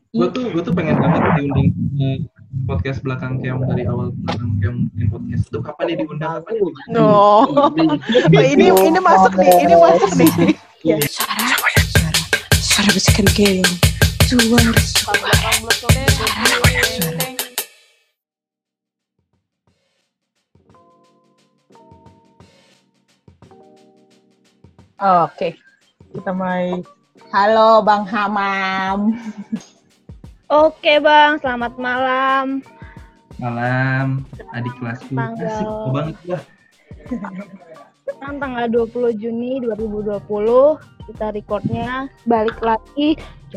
Gue tuh pengen banget diundang ke podcast belakang keong dari awal belakang keong bikin podcast itu kapan nih diundang kapan nih diundang? No. ini masuk nih, ini masuk nih. Ya. Suara bisikan keong. Suara. Oke, kita mulai. Halo Bang Hamam. Oke Bang, selamat malam. Malam, adik kelasku. Asik banget gua. Sekarang tanggal 20 Juni 2020, kita recordnya balik lagi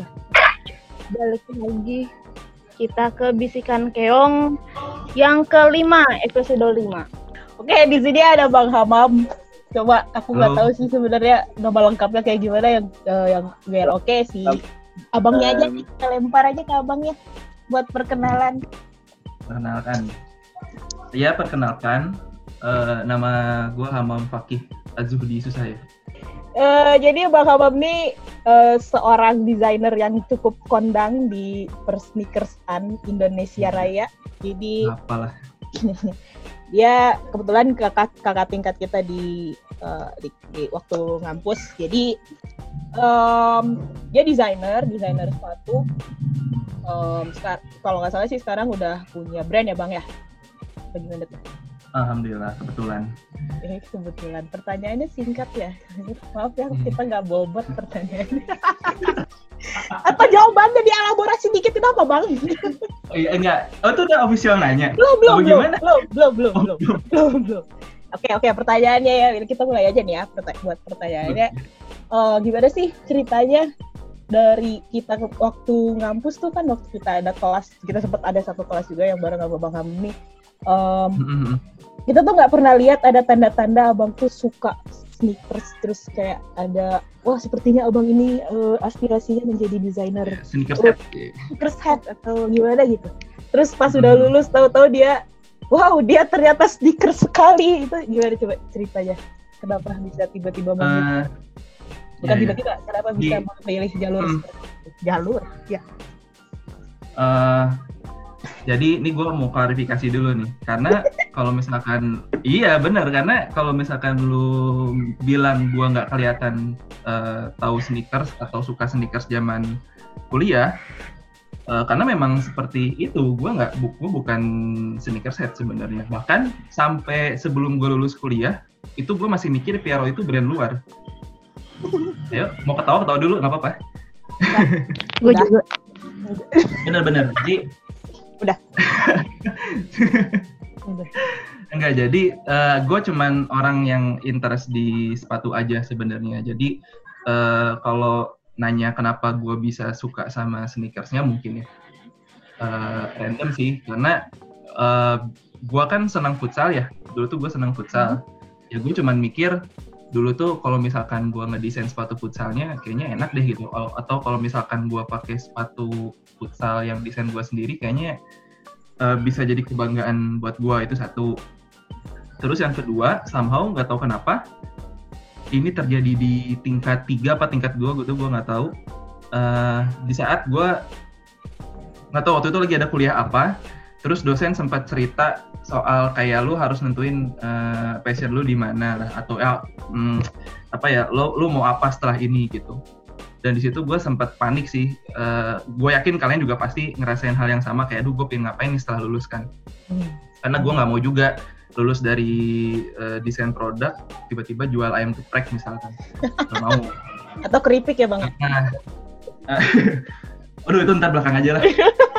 kita ke Bisikan Keong yang kelima, episode 5. Oke, di sini ada Bang Hamam. Coba aku nggak tahu sih sebenarnya nama lengkapnya kayak gimana yang biar oke sih. Abangnya aja kita lempar aja ke abangnya buat perkenalan. Perkenalkan. Nama gue Hamam Fakih Azuhdi Susah ya. Jadi Bang Hamam ini seorang desainer yang cukup kondang di persneakersan Indonesia Raya. Jadi apalah. Dia kebetulan kakak tingkat kita di waktu ngampus. Jadi dia desainer sepatu. Kalau nggak salah sih sekarang udah punya brand ya Bang ya? Bagaimana tuh? Alhamdulillah, kebetulan. Kebetulan. Pertanyaannya singkat ya. Maaf ya, kita nggak bobot pertanyaannya. Atau jawabannya dielaborasi dikit kenapa Bang? Oh iya, enggak. Oh itu udah official nanya? Belum. Oke, pertanyaannya ya. Kita mulai aja nih ya buat pertanyaannya. Gimana sih ceritanya dari kita waktu ngampus tuh kan waktu kita ada kelas, kita sempat ada satu kelas juga yang bareng sama Bang Hamam nih. Kita tuh nggak pernah lihat ada tanda-tanda abang tuh suka sneakers, terus kayak ada wah sepertinya abang ini aspirasinya menjadi desainer sneakers head atau gimana gitu. Terus pas udah lulus tahu-tahu dia ternyata sneakers sekali. Itu gimana coba ceritanya? Kenapa bisa tiba-tiba memilih? Bukan tiba-tiba, kenapa bisa memilih jalur ya? Jadi ini gue mau klarifikasi dulu nih, karena kalau misalkan karena kalau misalkan lu bilang gue nggak kelihatan tahu sneakers atau suka sneakers zaman kuliah, karena memang seperti itu, gue bukan sneakers head sebenarnya. Bahkan sampai sebelum gue lulus kuliah itu gue masih mikir Piaro itu brand luar. Ayo mau ketawa dulu nggak apa-apa. Gue juga. Bener. Jadi udah. Enggak, jadi gue cuman orang yang interest di sepatu aja sebenarnya. Jadi kalau nanya kenapa gue bisa suka sama sneakersnya mungkin ya random sih, karena gue kan senang futsal ya. Dulu tuh gue senang futsal. Ya gue cuman mikir dulu tuh kalau misalkan gue ngedesain sepatu futsalnya kayaknya enak deh gitu. Atau kalau misalkan gue pakai sepatu futsal yang desain gue sendiri kayaknya bisa jadi kebanggaan buat gue, itu satu. Terus yang kedua, somehow nggak tahu kenapa ini terjadi di tingkat 3 apa tingkat 2 gitu, gue nggak tahu. Di saat gue nggak tahu waktu itu lagi ada kuliah apa, terus dosen sempat cerita soal kayak lu harus nentuin passion lu di mana lah, atau lu mau apa setelah ini gitu. Dan di situ gue sempat panik sih. Gue yakin kalian juga pasti ngerasain hal yang sama, kayak aduh gue pengen ngapain nih setelah lulus kan. Karena gue nggak mau juga lulus dari desain produk tiba-tiba jual ayam geprek misalkan. Gak mau. Atau keripik ya Bang? Aduh itu ntar belakang aja lah.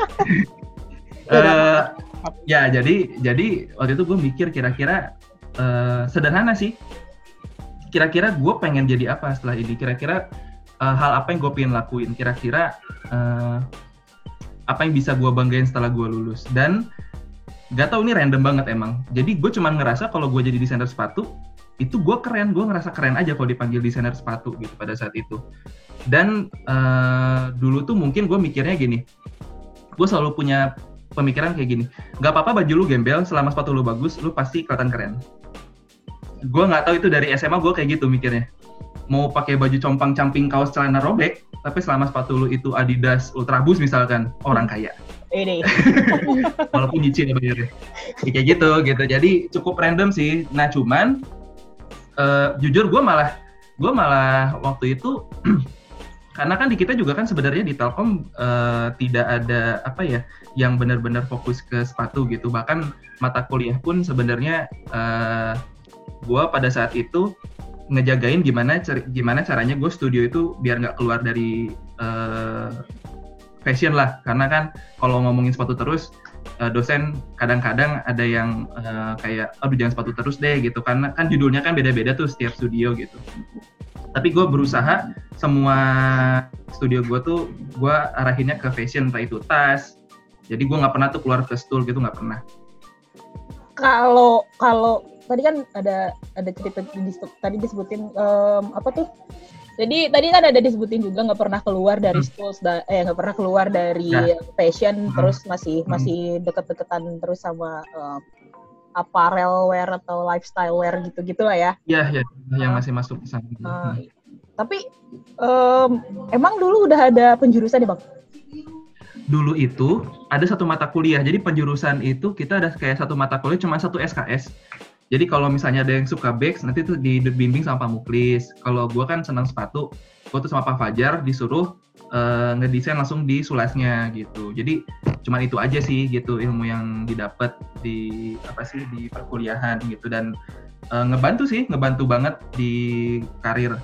Ya jadi waktu itu gue mikir kira-kira sederhana sih. Kira-kira gue pengen jadi apa setelah ini? Kira-kira hal apa yang gue pengen lakuin, kira-kira apa yang bisa gue banggain setelah gue lulus. Dan gak tau, ini random banget emang. Jadi gue cuma ngerasa kalau gue jadi desainer sepatu itu gue keren, gue ngerasa keren aja kalau dipanggil desainer sepatu gitu pada saat itu. Dan dulu tuh mungkin gue mikirnya gini, gue selalu punya pemikiran kayak gini, gak apa-apa baju lu gembel, selama sepatu lu bagus, lu pasti kelihatan keren. Gue nggak tahu itu dari SMA gue kayak gitu mikirnya. mau pakai baju compang-camping kaos celana robek, tapi selama sepatu lu itu Adidas Ultra Boost misalkan, orang kaya. Ini. Walaupun nyicil ya bayarnya. Kayak gitu. Jadi cukup random sih. Nah cuman jujur gue malah waktu itu karena kan di kita juga kan sebenarnya di Telkom tidak ada apa ya yang benar-benar fokus ke sepatu gitu. Bahkan mata kuliah pun sebenarnya gue pada saat itu ngejagain gimana caranya gue studio itu biar nggak keluar dari fashion lah. Karena kan kalau ngomongin sepatu terus dosen kadang-kadang ada yang kayak aduh jangan sepatu terus deh gitu, karena kan judulnya kan beda-beda tuh setiap studio gitu. Tapi gue berusaha semua studio gue tuh gue arahinnya ke fashion, entah itu tas. Jadi gue nggak pernah tuh keluar ke stool gitu, nggak pernah. Kalau tadi kan ada cerita tadi disebutin apa tuh? Jadi tadi kan ada disebutin juga nggak pernah keluar dari schools, nggak pernah keluar dari fashion, terus masih deket-deketan terus sama apparel wear atau lifestyle wear gitu lah ya. Iya, yang masih masuk ke sana. Tapi emang dulu udah ada penjurusan ya Bang? Dulu itu ada satu mata kuliah, jadi penjurusan itu kita ada kayak satu mata kuliah cuma satu SKS. Jadi kalau misalnya ada yang suka bags, nanti tuh dibimbing sama Pak Muklis. Kalau gue kan senang sepatu, gue tuh sama Pak Fajar disuruh ngedesain langsung di sulasnya gitu. Jadi cuman itu aja sih gitu ilmu yang didapat di perkuliahan gitu, dan ngebantu banget di karir.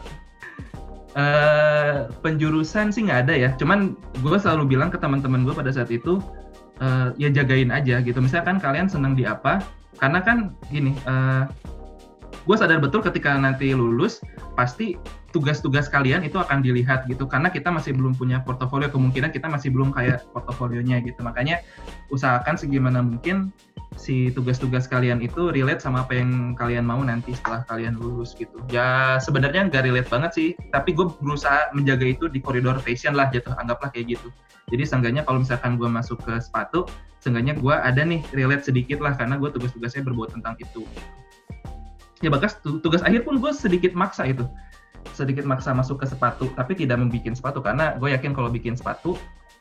Penjurusan sih nggak ada ya. Cuman gue selalu bilang ke teman-teman gue pada saat itu ya jagain aja gitu. Misalkan kalian senang di apa? Karena kan gini, gue sadar betul ketika nanti lulus, pasti tugas-tugas kalian itu akan dilihat gitu. Karena kita masih belum punya portofolio, kemungkinan kita masih belum kayak portofolionya gitu. Makanya usahakan segimana mungkin si tugas-tugas kalian itu relate sama apa yang kalian mau nanti setelah kalian lulus gitu. Ya sebenarnya nggak relate banget sih, tapi gue berusaha menjaga itu di koridor fashion lah gitu, anggaplah kayak gitu. Jadi seenggaknya kalau misalkan gue masuk ke sepatu, seenggaknya gue ada nih relate sedikit lah, karena gue tugas-tugasnya berbau tentang itu. Ya bahkan tugas akhir pun gue sedikit maksa masuk ke sepatu, tapi tidak membuat sepatu, karena gue yakin kalau bikin sepatu,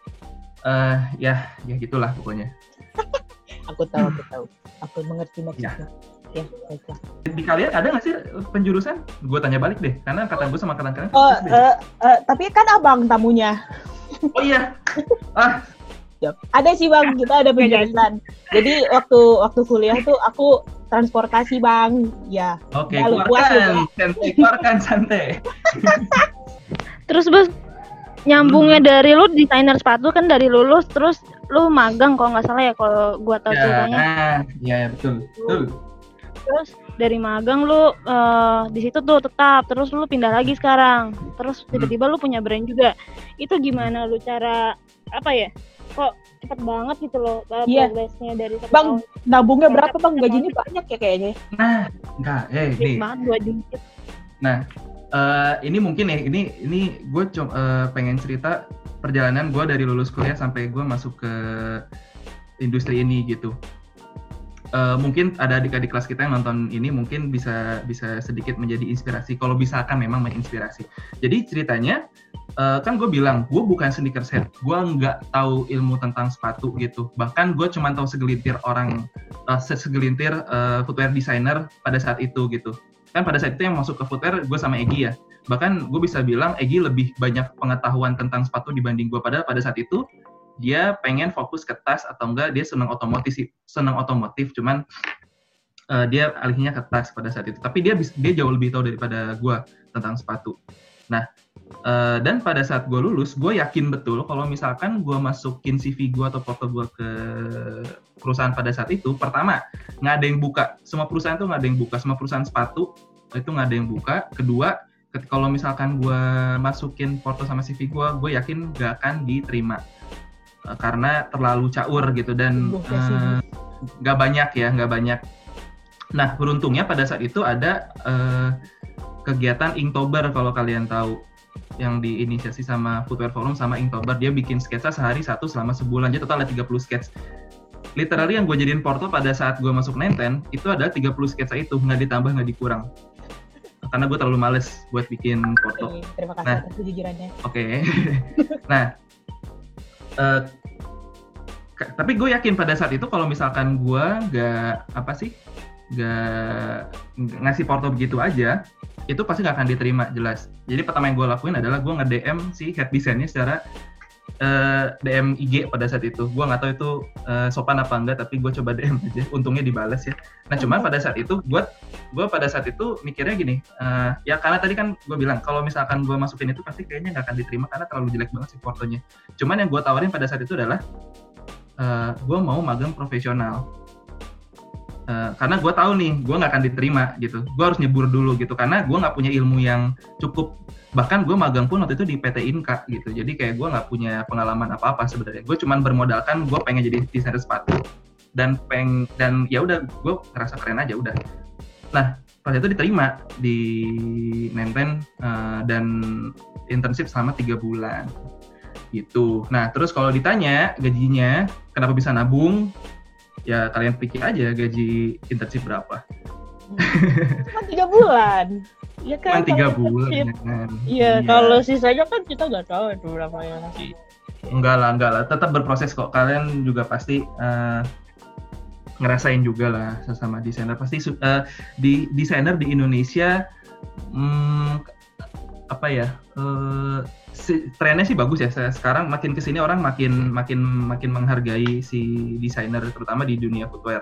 ya gitulah pokoknya. Aku tahu, aku mengerti maksudnya. Ya, baiklah. Di kalian ada nggak sih penjurusan? Gue tanya balik deh, karena kata gue sama kalian. Tapi kan abang tamunya. Oh iya. Ada sih Bang, kita ada penjurusan. Jadi waktu kuliah tuh aku transportasi Bang. Ya. Oke, keluarkan santai. Terus Bos, nyambungnya dari lu desainer sepatu kan dari lulus, terus lu magang kalau nggak salah ya, kalau gua tahu ceritanya. Iya betul. Terus dari magang lu di situ tuh tetap, terus lu pindah lagi sekarang, terus tiba-tiba lu punya brand juga. Itu gimana lu cara apa ya? Kok cepet banget gitu loh progresnya dari Bang, nabungnya berapa Bang? Gajinya banyak ya kayaknya. Nah, enggak, nih. Banget 2 juta. Nah, ini mungkin ya, ini gue pengen cerita perjalanan gue dari lulus kuliah sampai gue masuk ke industri ini gitu. Mungkin ada adik-adik kelas kita yang nonton ini mungkin bisa sedikit menjadi inspirasi, kalau misalkan memang menginspirasi. Jadi ceritanya, kan gue bilang, gue bukan sneakerhead, gue nggak tahu ilmu tentang sepatu gitu. Bahkan gue cuma tahu segelintir footwear designer pada saat itu gitu. Kan pada saat itu yang masuk ke footwear gue sama Egy ya. Bahkan gue bisa bilang Egy lebih banyak pengetahuan tentang sepatu dibanding gue, padahal pada saat itu dia pengen fokus ke tas, atau enggak dia senang otomotif, cuman dia alihnya ke tas pada saat itu. Tapi dia jauh lebih tahu daripada gue tentang sepatu. Nah, dan pada saat gue lulus, gue yakin betul kalau misalkan gue masukin CV gue atau foto gue ke perusahaan pada saat itu, pertama, nggak ada yang buka. Semua perusahaan tuh nggak ada yang buka. Semua perusahaan sepatu itu nggak ada yang buka. Kedua, kalau misalkan gue masukin foto sama CV gue yakin nggak akan diterima. Karena terlalu caur gitu, dan nggak banyak. Nah, beruntungnya pada saat itu ada kegiatan Inktober, kalau kalian tahu, yang diinisiasi sama Footwear Forum sama Inktober. Dia bikin sketsa sehari 1 selama sebulan, jadi total ada 30 sketch. Literally yang gue jadiin porto pada saat gue masuk Nenten itu ada 30 sketsa itu, nggak ditambah nggak dikurang. karena gue terlalu males buat bikin foto. Oke, terima kasih Nah. atas kejujurannya. Oke. Nah, tapi gue yakin pada saat itu kalau misalkan gue nggak ngasih foto begitu aja, itu pasti nggak akan diterima jelas. Jadi pertama yang gue lakuin adalah gue nge-DM si head design-nya secara DM IG pada saat itu. Gue nggak tahu itu sopan apa enggak, tapi gue coba DM aja. Untungnya dibales ya. Nah cuman pada saat itu gue pada saat itu mikirnya gini, ya karena tadi kan gue bilang kalau misalkan gue masukin itu pasti kayaknya nggak akan diterima karena terlalu jelek banget sih fotonya. Cuman yang gue tawarin pada saat itu adalah gue mau magang profesional. Karena gue tahu nih gue nggak akan diterima gitu, gue harus nyebur dulu gitu karena gue nggak punya ilmu yang cukup, bahkan gue magang pun waktu itu di PT Inka gitu, jadi kayak gue nggak punya pengalaman apa-apa sebenarnya, gue cuman bermodalkan gue pengen jadi desainer sepatu dan ya udah gue ngerasa keren aja udah. Nah pas itu diterima di Nenten dan internship selama 3 bulan gitu. Nah terus kalau ditanya gajinya kenapa bisa nabung, ya kalian pikir aja gaji internship berapa? Cuma 3 bulan. Ya kan? Cuma 3 bulan. Iya, kalau sisanya kan kita nggak tahu itu berapa ya. Enggak lah. Tetap berproses kok. Kalian juga pasti ngerasain juga lah sesama desainer. Pasti di desainer di Indonesia trennya sih bagus ya. Sekarang makin kesini orang makin menghargai si desainer, terutama di dunia footwear.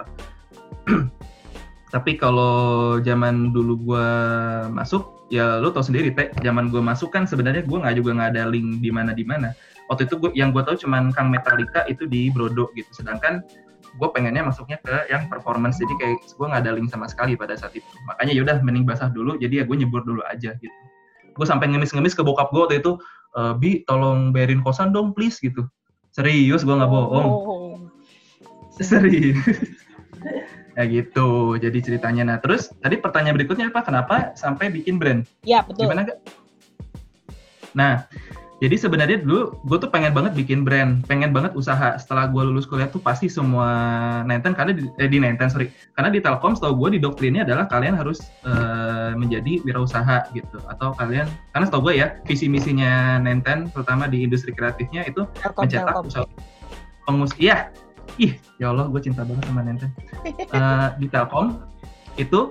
Tapi kalau zaman dulu gue masuk, ya lo tau sendiri Teh, zaman gue masuk kan sebenarnya gue nggak ada link di mana. Waktu itu yang gue tahu cuman Kang Metallica itu di Brodo gitu. Sedangkan gue pengennya masuknya ke yang performance, jadi kayak gue nggak ada link sama sekali pada saat itu. Makanya yaudah mending basah dulu, jadi ya gue nyebur dulu aja gitu. Gue sampai ngemis ke bokap gue waktu itu, Bi tolong bayarin kosan dong please gitu. Serius gue nggak bohong. Serius. Ya gitu, jadi ceritanya. Nah terus tadi pertanyaan berikutnya apa? Kenapa sampai bikin brand? Ya betul. Gimana Kak? Nah jadi sebenarnya dulu gue tuh pengen banget bikin brand, pengen banget usaha. Setelah gue lulus kuliah tuh pasti semua Nenten, karena karena di Telkom setahu gue di doktrinnya adalah kalian harus menjadi wirausaha gitu, atau kalian, karena setahu gue ya visi misinya Nenten terutama di industri kreatifnya itu mencetak usaha ya Allah gue cinta banget sama Nenten. Di Telkom itu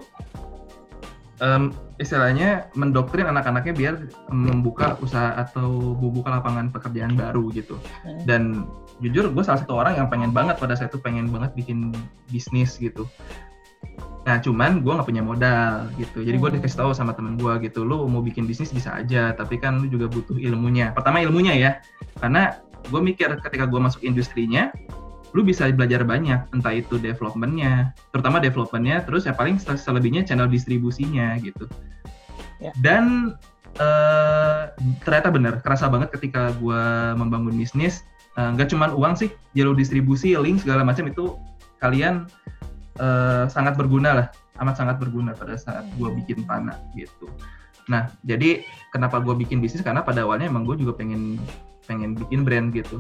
istilahnya mendoktrin anak-anaknya biar membuka usaha atau membuka lapangan pekerjaan baru gitu. Dan jujur gue salah satu orang yang pengen banget pada saat itu pengen banget bikin bisnis gitu. Nah cuman gue nggak punya modal gitu. Jadi gue dikasih tahu sama temen gue gitu, lu mau bikin bisnis bisa aja, tapi kan lu juga butuh ilmunya. Pertama ilmunya ya, karena gue mikir ketika gue masuk industrinya, lu bisa belajar banyak, entah itu development-nya, terus ya paling selebihnya channel distribusinya gitu. Ya. Dan ternyata benar, kerasa banget ketika gue membangun bisnis, nggak cuma uang sih, jalur distribusi, link segala macam itu kalian sangat berguna lah, amat sangat berguna pada saat gue bikin Pana gitu. Nah jadi kenapa gue bikin bisnis, karena pada awalnya emang gue juga pengen bikin brand gitu.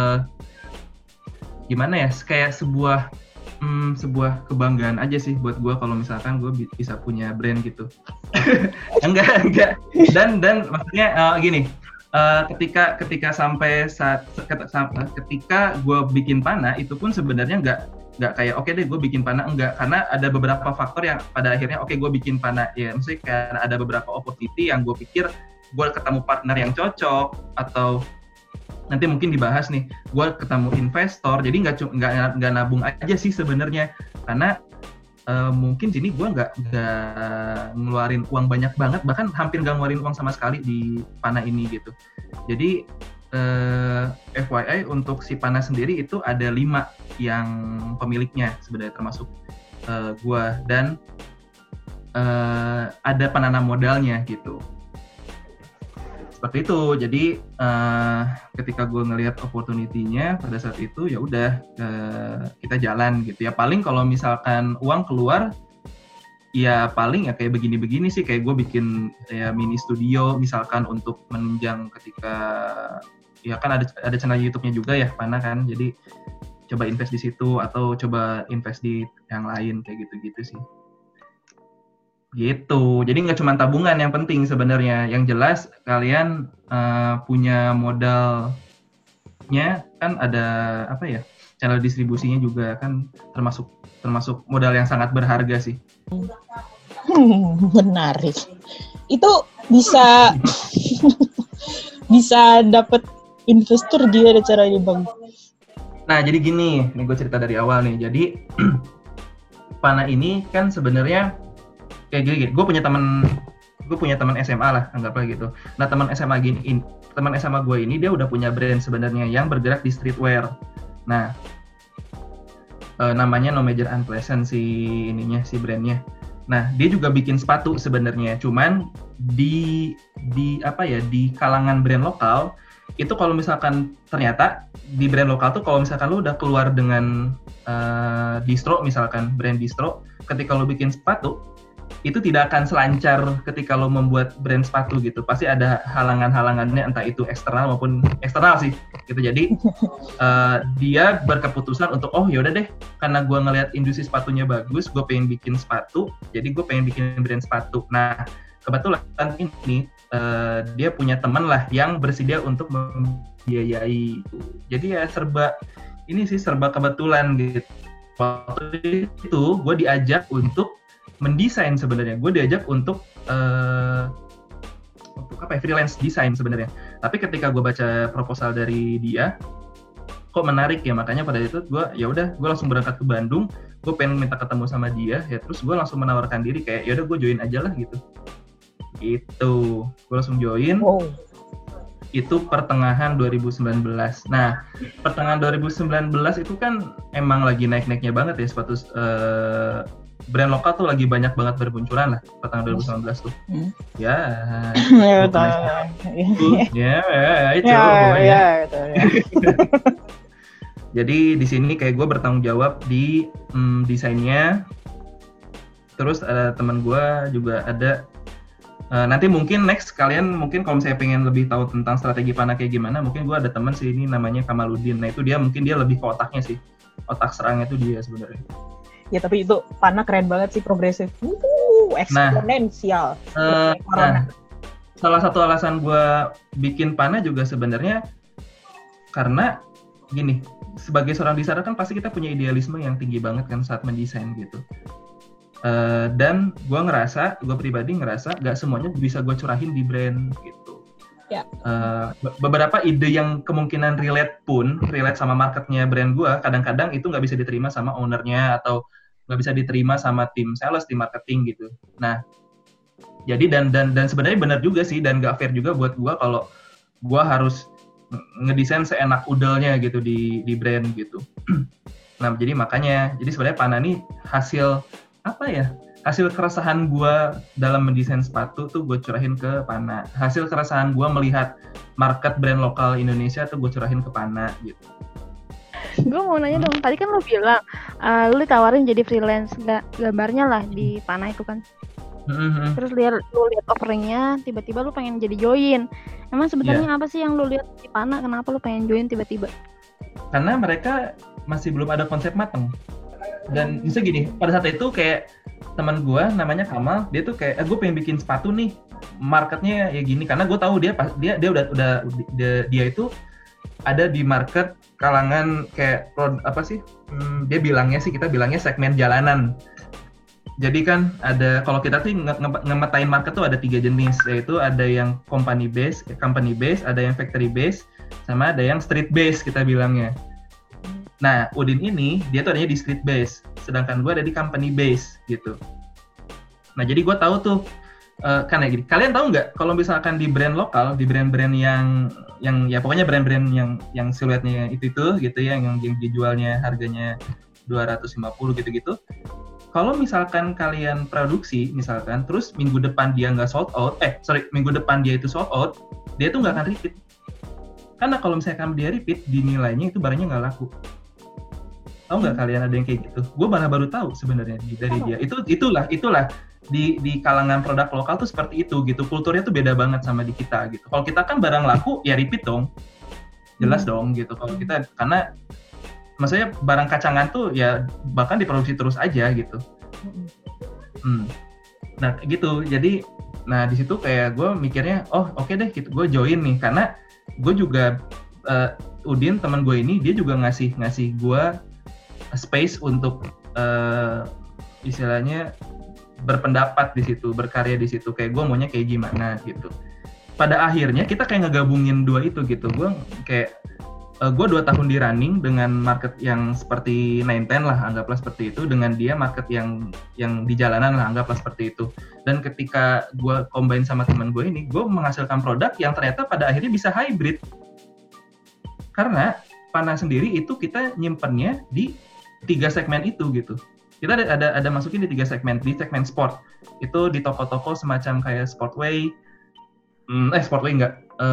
Gimana ya, kayak sebuah kebanggaan aja sih buat gue kalau misalkan gue bisa punya brand gitu. enggak dan maksudnya gini, ketika sampai ketika gue bikin Pana itu pun sebenarnya nggak kayak oke deh gue bikin Pana, enggak, karena ada beberapa faktor yang pada akhirnya oke gue bikin Pana ya, maksudnya karena ada beberapa opportunity yang gue pikir gue ketemu partner yang cocok, atau nanti mungkin dibahas nih, gue ketemu investor, jadi nggak nabung aja sih sebenarnya, karena mungkin sini gue nggak ngeluarin uang banyak banget, bahkan hampir nggak ngeluarin uang sama sekali di Pana ini gitu. Jadi FYI untuk si Pana sendiri itu ada 5 yang pemiliknya sebenarnya, termasuk gue, dan ada penanam modalnya gitu. Seperti itu. Jadi ketika gue ngelihat opportunity-nya pada saat itu, ya udah kita jalan gitu ya. Paling kalau misalkan uang keluar, ya paling ya kayak begini-begini sih, kayak gue bikin ya mini studio misalkan untuk menunjang ketika ya kan ada channel YouTube-nya juga ya Pana kan. Jadi coba invest di situ atau coba invest di yang lain kayak gitu-gitu sih. Gitu. Jadi nggak cuma tabungan yang penting sebenarnya. Yang jelas kalian punya modalnya kan ada apa ya? Channel distribusinya juga kan termasuk modal yang sangat berharga sih. Menarik. Itu bisa bisa dapat investor gimana caranya Bang? Nah, jadi gini, nih gue cerita dari awal nih. Jadi Pana ini kan sebenarnya kayak gini. Gue punya teman SMA lah, anggaplah gitu. Nah, teman SMA gue ini dia udah punya brand sebenarnya yang bergerak di streetwear. Nah, namanya No Major Unpleasant si brandnya. Nah, dia juga bikin sepatu sebenarnya. Cuman di kalangan brand lokal itu kalau misalkan ternyata di brand lokal tuh kalau misalkan lu udah keluar dengan distro misalkan brand distro, ketika lu bikin sepatu itu tidak akan selancar ketika lo membuat brand sepatu gitu. Pasti ada halangan-halangannya, entah itu eksternal maupun eksternal sih gitu. Jadi dia berkeputusan untuk yaudah deh, karena gue ngelihat industri sepatunya bagus, gue pengen bikin sepatu, jadi gue pengen bikin brand sepatu. Nah, kebetulan ini dia punya teman lah yang bersedia untuk membiayai. Jadi ya serba kebetulan gitu. Waktu itu gue diajak untuk mendesain sebenarnya. Gue diajak untuk freelance design sebenarnya. Tapi ketika gue baca proposal dari dia, kok menarik ya, makanya pada itu gue langsung berangkat ke Bandung. Gue pengen minta ketemu sama dia, ya terus gue langsung menawarkan diri kayak yaudah gue join aja lah gitu. Gitu, gue langsung join. Itu pertengahan 2019. Nah, pertengahan 2019 itu kan emang lagi naik-naiknya banget ya sepatu brand lokal tuh lagi banyak banget bermunculan lah pertengahan 2019 tuh. Ya. Itu. Jadi di sini kayak gue bertanggung jawab di desainnya. Terus ada teman gue juga ada. Nanti mungkin next kalian mungkin kalau saya pengen lebih tahu tentang strategi Pana kayak gimana, mungkin gue ada teman sih ini namanya Kamaludin. Nah itu dia lebih ke otaknya sih. Otak serangnya itu dia sebenarnya. Ya tapi itu Pana keren banget sih, progresif, eksponensial. Salah satu alasan gue bikin Pana juga sebenarnya karena gini, sebagai seorang desainer kan pasti kita punya idealisme yang tinggi banget kan saat mendesain gitu. Dan gue pribadi ngerasa gak semuanya bisa gue curahin di brand gitu. Ya. Beberapa ide yang kemungkinan relate sama marketnya brand gue, kadang-kadang itu nggak bisa diterima sama ownernya atau nggak bisa diterima sama tim sales, tim marketing gitu. Nah, jadi dan sebenarnya benar juga sih, dan nggak fair juga buat gue kalau gue harus ngedesain seenak udelnya gitu di brand gitu. Nah, jadi sebenarnya Pana nih hasil keresahan gue dalam mendesain sepatu tuh gue curahin ke Pana. Hasil keresahan gue melihat market brand lokal Indonesia tuh gue curahin ke Pana gitu. Gue mau nanya dong, tadi kan lo bilang lo ditawarin jadi freelance gambarnya lah di Pana itu kan. Terus lihat offeringnya, tiba-tiba lo pengen jadi join. Emang sebenarnya apa sih yang lo lihat di Pana? Kenapa lo pengen join tiba-tiba? Karena mereka masih belum ada konsep matang. Dan bisa gini, pada saat itu kayak teman gue namanya Kamal, dia tuh kayak gue pengen bikin sepatu nih, marketnya ya gini, karena gue tahu dia itu ada di market kalangan kayak kita bilangnya segmen jalanan. Jadi kan ada, kalau kita tuh ngemetain market tuh ada 3 jenis, yaitu ada yang company base, ada yang factory base, sama ada yang street base kita bilangnya. Nah, Udin ini dia tuh adanya di street base, sedangkan gue ada di company base gitu. Nah, jadi gue tahu tuh kan ya gini. Kalian tahu nggak kalau misalkan di brand lokal, di brand-brand yang ya pokoknya brand-brand yang siluetnya itu gitu ya, yang dijualnya harganya 250 gitu-gitu. Kalau misalkan kalian produksi misalkan, terus minggu depan dia nggak sold out, minggu depan dia itu sold out, dia tuh nggak akan repeat. Karena kalau misalkan dia repeat, dinilainya itu barangnya nggak laku. Tahu nggak kalian ada yang kayak gitu? Gue malah baru tahu sebenarnya dari dia. Itulah di kalangan produk lokal tuh seperti itu gitu. Kulturnya tuh beda banget sama di kita gitu. Kalau kita kan barang laku ya repeat dong, jelas dong gitu. Kalau kita karena maksudnya barang kacangan tuh ya bahkan diproduksi terus aja gitu. Nah gitu, jadi di situ kayak gue mikirnya, oh oke deh, gue join nih, karena gue juga Udin teman gue ini dia juga ngasih gue space untuk istilahnya berpendapat di situ, berkarya di situ, kayak gue maunya kayak gimana gitu. Pada akhirnya kita kayak ngegabungin dua itu gitu. Gue kayak gue 2 tahun di running dengan market yang seperti 910 lah, anggaplah seperti itu, dengan dia market yang di jalanan lah, anggaplah seperti itu. Dan ketika gue combine sama teman gue ini, gue menghasilkan produk yang ternyata pada akhirnya bisa hybrid. Karena Pana sendiri itu kita nyimpennya di 3 segmen itu gitu. Kita ada masukin di 3 segmen. Di segmen sport itu di toko-toko semacam kayak Sportway enggak,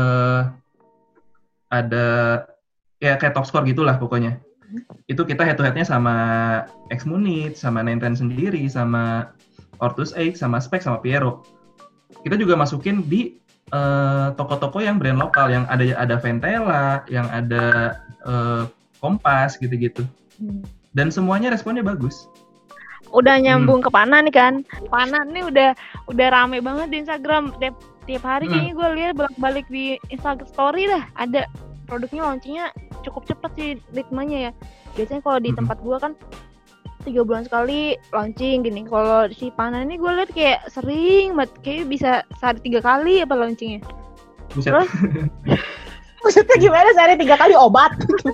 ada ya kayak Top Score gitulah pokoknya. Itu kita head to head-nya sama X-Munit, sama 910 sendiri, sama Ortus X, sama Spec, sama Piero. Kita juga masukin di toko-toko yang brand lokal, yang ada Ventela, yang ada Kompas gitu-gitu. Dan semuanya responnya bagus. Udah nyambung ke Pana nih kan. Pana nih udah rame banget di Instagram. Tiap hari kayaknya gue lihat bolak-balik di Instagram story dah. Ada produknya launchingnya cukup cepat sih ritmenya ya. Biasanya kalau di tempat gue kan 3 bulan sekali launching gini. Kalau si Pana ini gue lihat kayak sering banget, kayak bisa sehari 3 kali apa launchingnya. Buset. Terus Maksudnya gimana sehari 3 kali obat?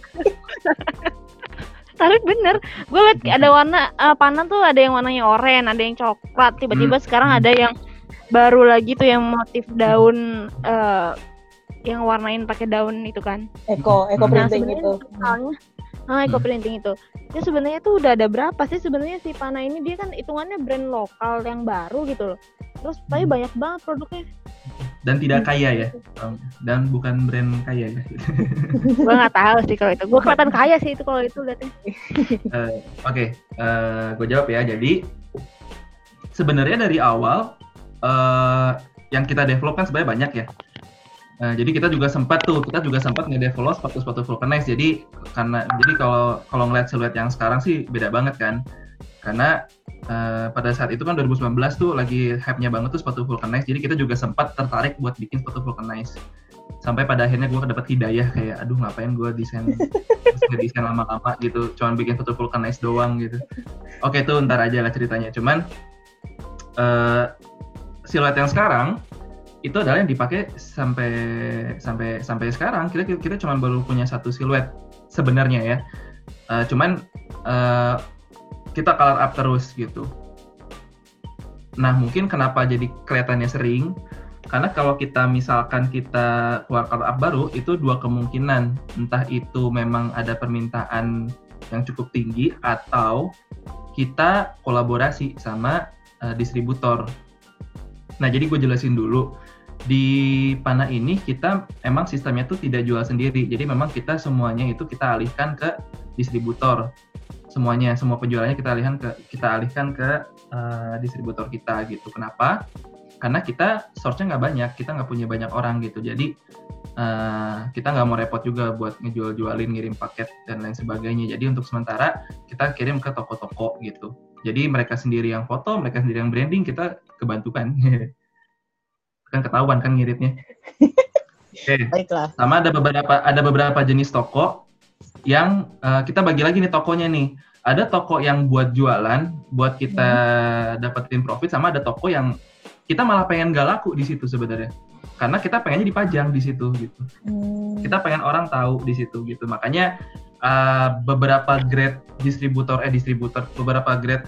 tarik bener, gue liat ada warna Pana tuh ada yang warnanya oranye, ada yang coklat, tiba-tiba sekarang ada yang baru lagi tuh yang motif daun yang warnain pakai daun itu kan. Eco printing itu. Eco printing itu. Ya sebenarnya tuh udah ada berapa sih sebenarnya si Pana ini, dia kan hitungannya brand lokal yang baru gitu loh. Terus tapi banyak banget produknya. Dan tidak kaya ya, dan bukan brand kaya ya. Gue nggak tahu sih kalau itu. Gue kelihatan kaya sih itu kalau itu liatnya. Oke, gue jawab ya. Jadi sebenarnya dari awal yang kita develop kan sebenarnya banyak ya. Jadi kita juga sempat nge-develop sepatu-sepatu vulcanize. Jadi kalau ngeliat siluet yang sekarang sih beda banget kan. Karena pada saat itu kan 2019 tuh lagi hype-nya banget tuh sepatu vulcanize. Jadi kita juga sempat tertarik buat bikin sepatu vulcanize. Sampai pada akhirnya gue dapet hidayah kayak aduh ngapain gue desain lama-lama gitu. Cuman bikin sepatu vulcanize doang gitu. Oke tuh ntar aja lah ceritanya. Cuman siluet yang sekarang itu adalah yang dipakai sampai sekarang. Kita cuma baru punya satu siluet sebenarnya ya. Cuman kita color up terus gitu. Nah mungkin kenapa jadi kelihatannya sering, karena kalau kita misalkan kita keluar color up baru, itu 2 kemungkinan. Entah itu memang ada permintaan yang cukup tinggi, atau kita kolaborasi sama distributor. Nah jadi gue jelasin dulu. Di Pana ini kita emang sistemnya tuh tidak jual sendiri. Jadi memang kita semuanya itu kita alihkan ke distributor. Semua penjualannya kita alihkan ke distributor kita gitu. Kenapa? Karena kita source-nya nggak banyak, kita nggak punya banyak orang gitu. Jadi kita nggak mau repot juga buat ngejual-jualin, ngirim paket dan lain sebagainya. Jadi untuk sementara kita kirim ke toko-toko gitu. Jadi mereka sendiri yang foto, mereka sendiri yang branding, kita kebantukan. Kan ketahuan kan ngiritnya. Oke. Baiklah. Sama ada beberapa jenis toko yang kita bagi lagi nih tokonya nih. Ada toko yang buat jualan, buat kita dapetin profit, sama ada toko yang kita malah pengen gak laku di situ sebenarnya. Karena kita pengennya dipajang di situ gitu. Kita pengen orang tahu di situ gitu. Makanya beberapa grade beberapa grade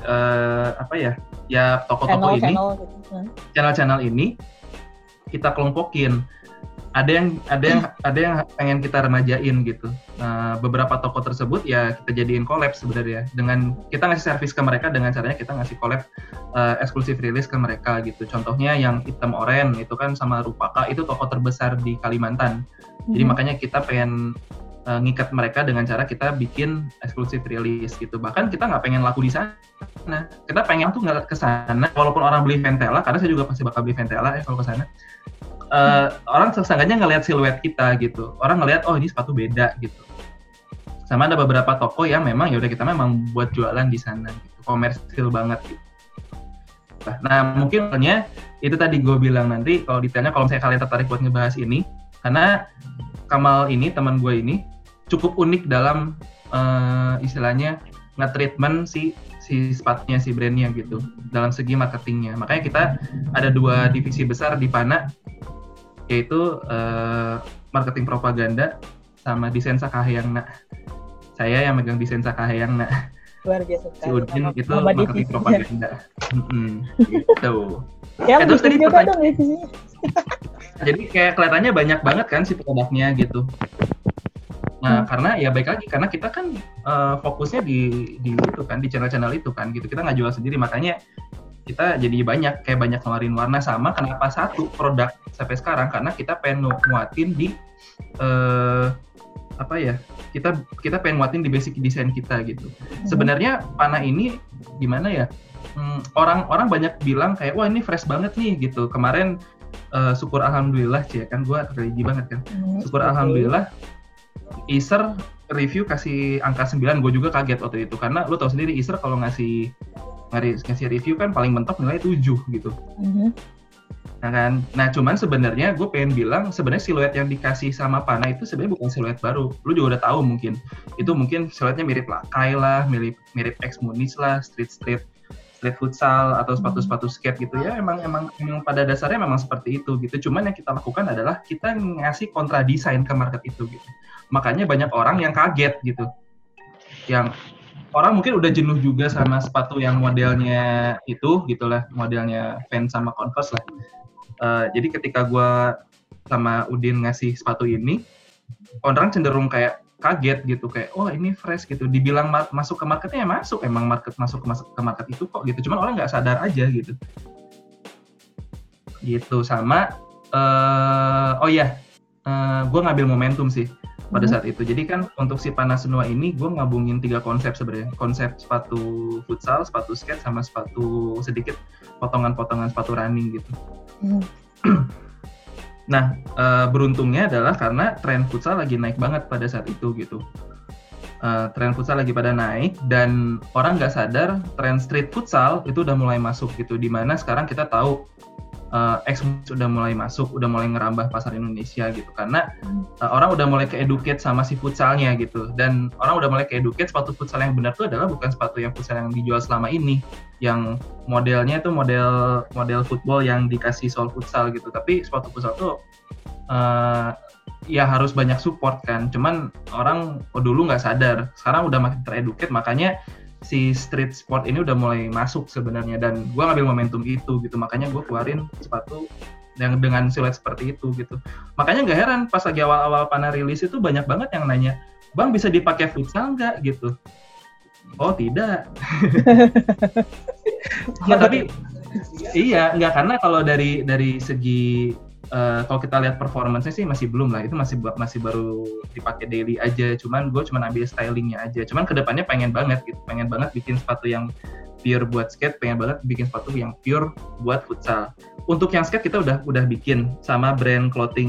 toko-toko ini, channel-channel ini kita kelompokin. Ada yang pengen kita remajain gitu. Beberapa toko tersebut ya kita jadiin collab sebenarnya. Dengan kita ngasih service ke mereka dengan caranya kita ngasih collab eksklusif rilis ke mereka gitu. Contohnya yang Hitam Oren itu kan sama Rupaka, itu toko terbesar di Kalimantan. Jadi makanya kita pengen ngikat mereka dengan cara kita bikin eksklusif rilis gitu. Bahkan kita nggak pengen laku di sana. Kita pengen tuh nggak ke sana. Walaupun orang beli Ventela, karena saya juga pasti bakal beli Ventela ya kalau ke sana. Orang seenggaknya ngelihat siluet kita gitu. Orang ngelihat oh ini sepatu beda gitu. Sama ada beberapa toko yang memang ya udah kita memang buat jualan di sana gitu. Komersil banget gitu. Nah mungkin itu tadi gue bilang nanti kalau detailnya kalau misalnya kalian tertarik buat ngebahas ini, karena Kamal ini teman gue ini cukup unik dalam istilahnya nge-treatment si sepatunya, si brandnya gitu dalam segi marketingnya. Makanya kita ada 2 divisi besar di Pana, yaitu marketing propaganda sama desain Sakahayangna. Saya yang megang desain Sakahayangna. Luar biasa sekali. Si Udin itu marketing propaganda. Gitu. Ya, terus tadi juga dong divisinya. Jadi kayak kelihatannya banyak banget kan si produknya gitu. Nah, karena ya baik lagi karena kita kan fokusnya di itu kan, di channel-channel itu kan gitu. Kita nggak jual sendiri, makanya kita jadi banyak ngeluarin warna. Sama kenapa satu produk sampai sekarang, karena kita pengen nguatin di kita pengen nguatin di basic desain kita gitu. Sebenarnya Pana ini gimana ya, orang banyak bilang kayak wah ini fresh banget nih gitu. Kemarin syukur alhamdulillah kan gue religi banget kan. Syukur alhamdulillah Acer review kasih angka 9, gue juga kaget waktu itu karena lu tau sendiri Acer kalau ngasih review kan paling mentok nilai 7 gitu. Nah kan, cuman sebenarnya gue pengen bilang sebenarnya siluet yang dikasih sama Pana itu sebenarnya bukan siluet baru. Lu juga udah tahu mungkin siluetnya mirip Lakai lah, mirip X-Munis lah, street futsal atau sepatu skate gitu ya. Emang pada dasarnya memang seperti itu gitu. Cuman yang kita lakukan adalah kita ngasih kontra desain ke market itu gitu. Makanya banyak orang yang kaget gitu. Yang orang mungkin udah jenuh juga sama sepatu yang modelnya itu gitulah, modelnya Vans sama Converse lah. Jadi ketika gue sama Udin ngasih sepatu ini, orang cenderung kayak kaget gitu, kayak oh ini fresh gitu. Dibilang masuk ke marketnya ya masuk, emang masuk ke market itu kok gitu. Cuman orang nggak sadar aja gitu. Gitu sama gue ngambil momentum sih pada saat itu. Jadi kan untuk si Pana Senua ini gue ngabungin 3 konsep sebenarnya. Konsep sepatu futsal, sepatu skate, sama sepatu sedikit potongan-potongan sepatu running gitu. Nah, beruntungnya adalah karena tren futsal lagi naik banget pada saat itu gitu. Tren futsal lagi pada naik dan orang nggak sadar tren street futsal itu udah mulai masuk gitu. Dimana sekarang kita tahu X-Munis udah mulai masuk, udah mulai ngerambah pasar Indonesia gitu. Karena orang udah mulai ke-educate sama si futsalnya gitu. Dan orang udah mulai ke-educate sepatu futsal yang benar tuh adalah bukan sepatu yang futsal yang dijual selama ini, yang modelnya tuh model football yang dikasih sol futsal gitu. Tapi sepatu futsal tuh ya harus banyak support kan. Cuman orang dulu nggak sadar, sekarang udah makin ter-educate, makanya si street sport ini udah mulai masuk sebenarnya. Dan gue ngambil momentum itu gitu, makanya gue keluarin sepatu yang dengan siluet seperti itu gitu. Makanya nggak heran pas lagi awal-awal Pana rilis itu banyak banget yang nanya, bang bisa dipakai futsal nggak gitu? Oh tidak. Ya, tapi iya nggak, karena kalau dari segi kalau kita lihat performance-nya sih masih belum lah, itu masih baru dipakai daily aja. Cuman gue ambil stylingnya aja. Cuman kedepannya pengen banget bikin sepatu yang pure buat skate, pengen banget bikin sepatu yang pure buat futsal. Untuk yang skate kita udah bikin sama brand clothing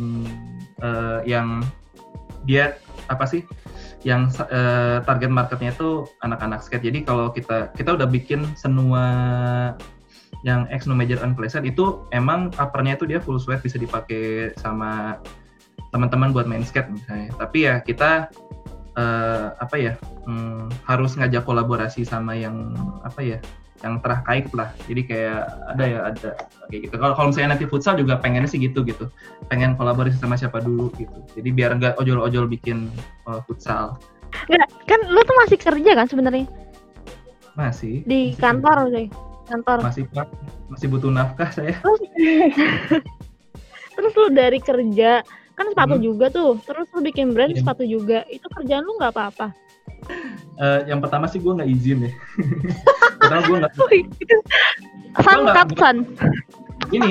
yang dia yang target marketnya itu anak-anak skate. Jadi kalau kita udah bikin semua yang X No Major Unpleasant itu emang uppernya itu dia full sweat, bisa dipakai sama teman-teman buat main skate misalnya. Tapi ya kita harus ngajak kolaborasi sama yang yang terkait lah. Jadi kayak ada kayak gitu. Kalau misalnya nanti futsal juga pengennya sih gitu. Pengen kolaborasi sama siapa dulu gitu. Jadi biar nggak ojol-ojol bikin futsal. Nggak, kan lu tuh masih kerja kan sebenarnya? Masih. Di kantor sih. Kantor. Masih butuh nafkah saya. Terus lu dari kerja kan sepatu juga tuh, terus lu bikin brand sepatu juga, itu kerjaan lu nggak apa-apa? Yang pertama sih gue nggak izin ya. Pertama gue nggak. San. Ini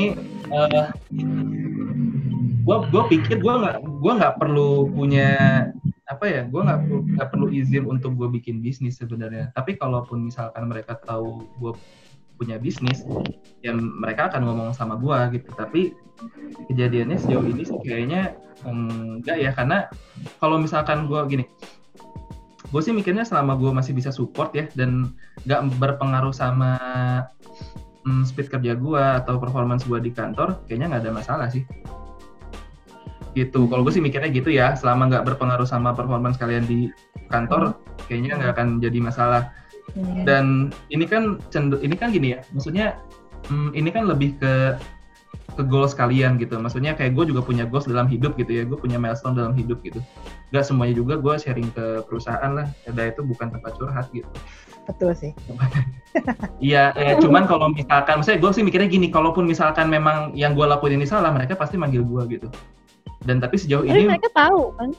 gue pikir gue nggak perlu punya gue nggak perlu izin untuk gue bikin bisnis sebenarnya. Tapi kalaupun misalkan mereka tahu gue punya bisnis, ya mereka akan ngomong sama gue gitu. Tapi kejadiannya sejauh ini sih kayaknya enggak ya, karena kalau misalkan gue gue sih mikirnya selama gue masih bisa support ya dan nggak berpengaruh sama speed kerja gue atau performance gue di kantor, kayaknya nggak ada masalah sih. Gitu. Kalau gue sih mikirnya gitu ya, selama nggak berpengaruh sama performance kalian di kantor, kayaknya nggak akan jadi masalah. Dan ini kan gini ya, maksudnya ini kan lebih ke goals kalian gitu. Maksudnya kayak gue juga punya goals dalam hidup gitu ya, gue punya milestone dalam hidup gitu. Gak semuanya juga gue sharing ke perusahaan lah, itu bukan tempat curhat gitu. Betul sih. Iya, cuman kalau misalkan, maksudnya gue sih mikirnya gini, kalaupun misalkan memang yang gue lakuin ini salah, mereka pasti manggil gue gitu. Dan tapi sejauh ini mereka tahu kan?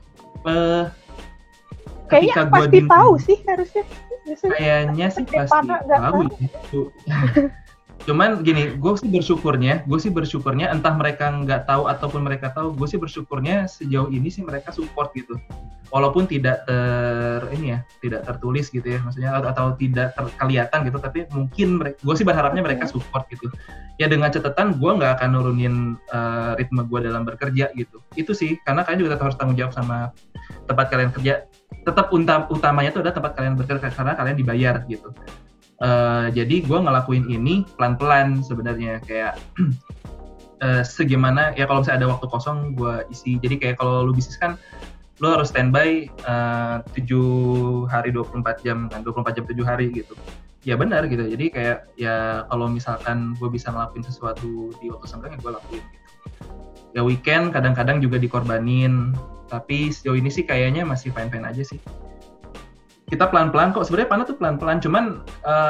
Kayaknya pasti tahu sih harusnya. Kayaknya sih pasti tahu gitu. Cuman gini, gue sih bersyukurnya entah mereka nggak tahu ataupun mereka tahu, gue sih bersyukurnya sejauh ini sih mereka support gitu. Walaupun tidak tidak tertulis gitu ya, maksudnya atau tidak kelihatan gitu, tapi mungkin gue sih berharapnya mereka support gitu. Ya dengan catatan gue nggak akan nurunin ritme gue dalam bekerja gitu. Itu sih, karena kalian juga tetap harus tanggung jawab sama tempat kalian kerja. Tetap utamanya itu adalah tempat kalian bekerja karena kalian dibayar gitu. Jadi gue ngelakuin ini pelan-pelan sebenarnya, kayak segimana ya, kalau misalnya ada waktu kosong gue isi. Jadi kayak kalau lu bisnis kan lu harus standby 7 hari 24 jam kan, 24 jam 7 hari gitu. Ya benar gitu. Jadi kayak ya kalau misalkan gue bisa ngelakuin sesuatu di waktu senggang, ya gue lakuin gitu. Ya weekend kadang-kadang juga dikorbanin, tapi sejauh ini sih kayaknya masih fine-fine aja sih. Kita pelan-pelan kok, sebenarnya Pana tuh pelan-pelan, cuman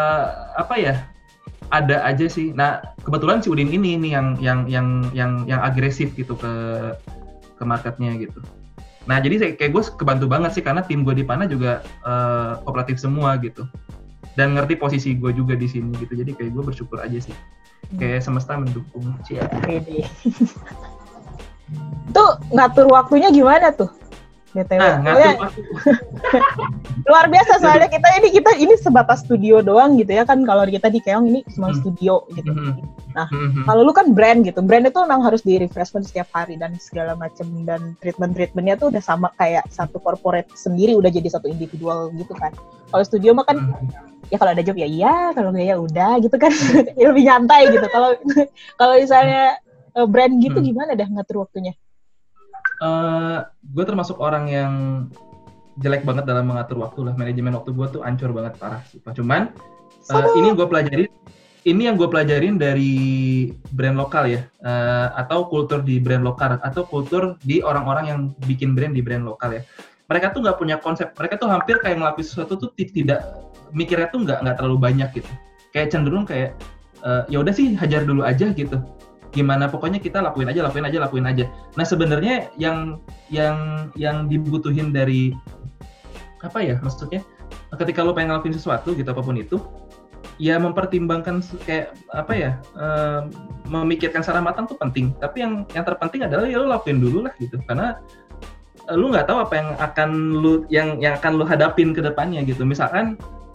ada aja sih. Nah kebetulan si Udin ini yang agresif gitu ke marketnya gitu. Nah jadi kayak gue kebantu banget sih, karena tim gue di Pana juga kooperatif semua gitu, dan ngerti posisi gue juga di sini gitu. Jadi kayak gue bersyukur aja sih, kayak semesta mendukung. Tuh ngatur waktunya gimana tuh? BTW. Luar biasa, soalnya kita ini sebatas studio doang gitu ya kan. Kalau kita di Keong ini cuma studio gitu. Nah, kalau lu kan brand gitu. Brand itu memang harus di refreshment setiap hari dan segala macam, dan treatmentnya tuh udah sama kayak satu corporate sendiri, udah jadi satu individual gitu kan. Kalau studio mah kan ya kalau ada job ya iya, kalau nggak ya udah gitu kan. Lebih nyantai gitu. Kalau misalnya brand gitu gimana dah ngatur waktunya? Gue termasuk orang yang jelek banget dalam mengatur waktu lah. Manajemen waktu gue tuh hancur banget, parah sih. Cuman ini yang gue pelajarin dari brand lokal ya, atau kultur di brand lokal, atau kultur di orang-orang yang bikin brand di brand lokal ya. Mereka tuh nggak punya konsep. Mereka tuh hampir kayak ngelakuin sesuatu tuh tidak mikirnya tuh nggak terlalu banyak gitu. Kayak cenderung kayak ya udah sih hajar dulu aja gitu. Gimana pokoknya kita lakuin aja. Nah sebenarnya yang dibutuhin dari apa ya, maksudnya ketika lo pengen ngelakuin sesuatu gitu, apapun itu, ya mempertimbangkan kayak apa ya, memikirkan secara matang tuh penting. Tapi yang terpenting adalah ya lo lakuin dulu lah gitu, karena lo nggak tahu apa yang akan lo hadapin ke depannya gitu. Misalkan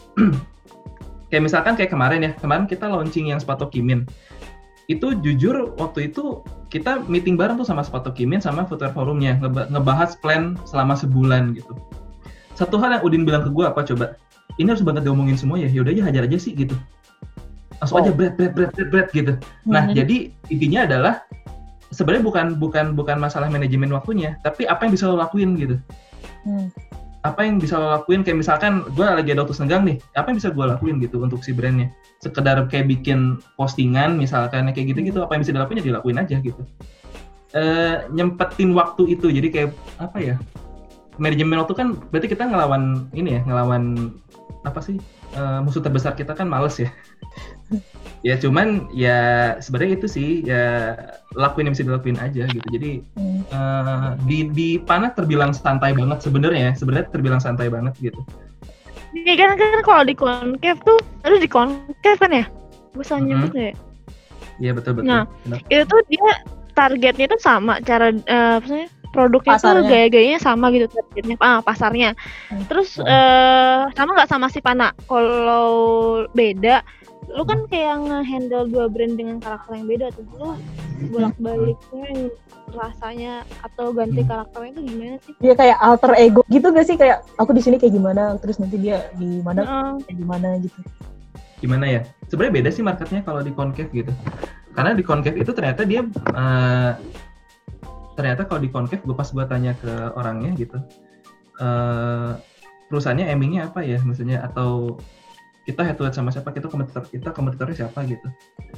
kayak kemarin kita launching yang sepatu Kimin. Itu jujur waktu itu kita meeting bareng tuh sama sepatu Kimin sama Footwear Forumnya, ngebahas plan selama sebulan gitu. Satu hal yang Udin bilang ke gue apa coba, ini harus banget diomongin semua ya, yaudah aja hajar aja sih gitu. Langsung aja bread gitu. Nah jadi intinya adalah sebenarnya bukan masalah manajemen waktunya, tapi apa yang bisa lo lakuin gitu. Apa yang bisa lo lakuin, kayak misalkan gue lagi ada waktu senggang nih, apa yang bisa gue lakuin gitu untuk si brandnya. Sekedar kayak bikin postingan misalkan kayak gitu, apa yang bisa dilakuin ya dilakuin aja gitu. Nyempetin waktu itu, jadi kayak apa ya, manajemen waktu kan berarti kita ngelawan apa sih, musuh terbesar kita kan males ya. Ya cuman ya sebenarnya itu sih ya, lakuin yang bisa dilakuin aja gitu. Jadi di Pana terbilang santai banget sebenarnya terbilang santai banget gitu. Iya kan kalau di Concave tuh harus di Concave kan ya? Gue salah nyebut ya? Iya betul. Nah itu tuh dia targetnya tuh sama, cara maksudnya produknya pasarnya tuh gaya-gayanya sama gitu targetnya, pasarnya. Terus sama nggak sama si Pana? Kalau beda, lu kan kayak nge-handle dua brand dengan karakter yang beda tuh. Lu bolak-baliknya rasanya atau ganti karakternya itu gimana sih? Dia kayak alter ego gitu gak sih? Kayak aku di sini kayak gimana, terus nanti dia di mana kayak gimana gitu. gimana ya? Sebenarnya beda sih marketnya kalau di Concave gitu. Karena di Concave itu ternyata dia ternyata kalau di Concave gue tanya ke orangnya gitu, perusahaannya aimingnya apa ya, maksudnya, atau kita head to head sama siapa, kompetitornya siapa gitu.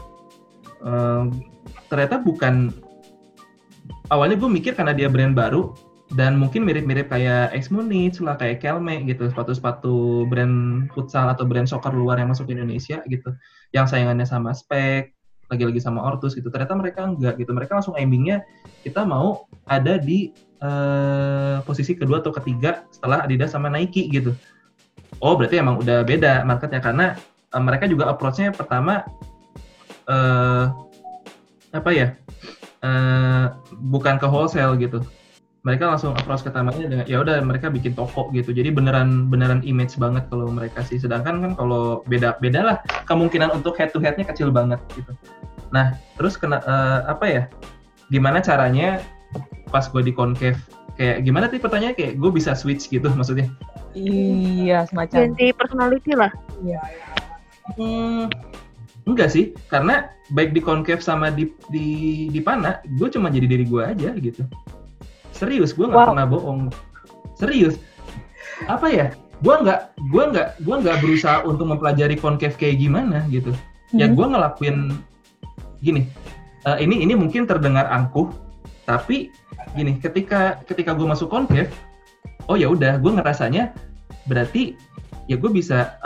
Ternyata bukan, awalnya gue mikir karena dia brand baru dan mungkin mirip-mirip kayak X-Munich lah, kayak Kelme gitu, sepatu-sepatu brand futsal atau brand soccer luar yang masuk ke Indonesia gitu, yang saingannya sama Speck, lagi-lagi sama Ortus gitu. Ternyata mereka enggak gitu, mereka langsung aimingnya kita mau ada di posisi kedua atau ketiga setelah Adidas sama Nike gitu. Oh berarti emang udah beda marketnya, karena mereka juga approach-nya pertama bukan ke wholesale gitu. Mereka langsung approach ke tamannya dengan ya udah mereka bikin toko gitu. Jadi beneran image banget kalau mereka sih. Sedangkan kan kalau beda lah, kemungkinan untuk head to head-nya kecil banget gitu. Nah, terus gimana caranya pas gue di Concave, kayak gimana sih pertanyaannya, kayak gue bisa switch gitu maksudnya? Iya, semacam Ganti personality lah. Iya. Enggak sih, karena baik di Concave sama di Pana, gue cuma jadi diri gue aja gitu. Serius, gue nggak pernah bohong. Serius. Apa ya? Gue nggak berusaha untuk mempelajari Concave kayak gimana gitu. Ya gue ngelakuin gini. Ini mungkin terdengar angkuh, tapi gini, ketika gue masuk Concave, oh ya udah, gue ngerasanya berarti ya gue bisa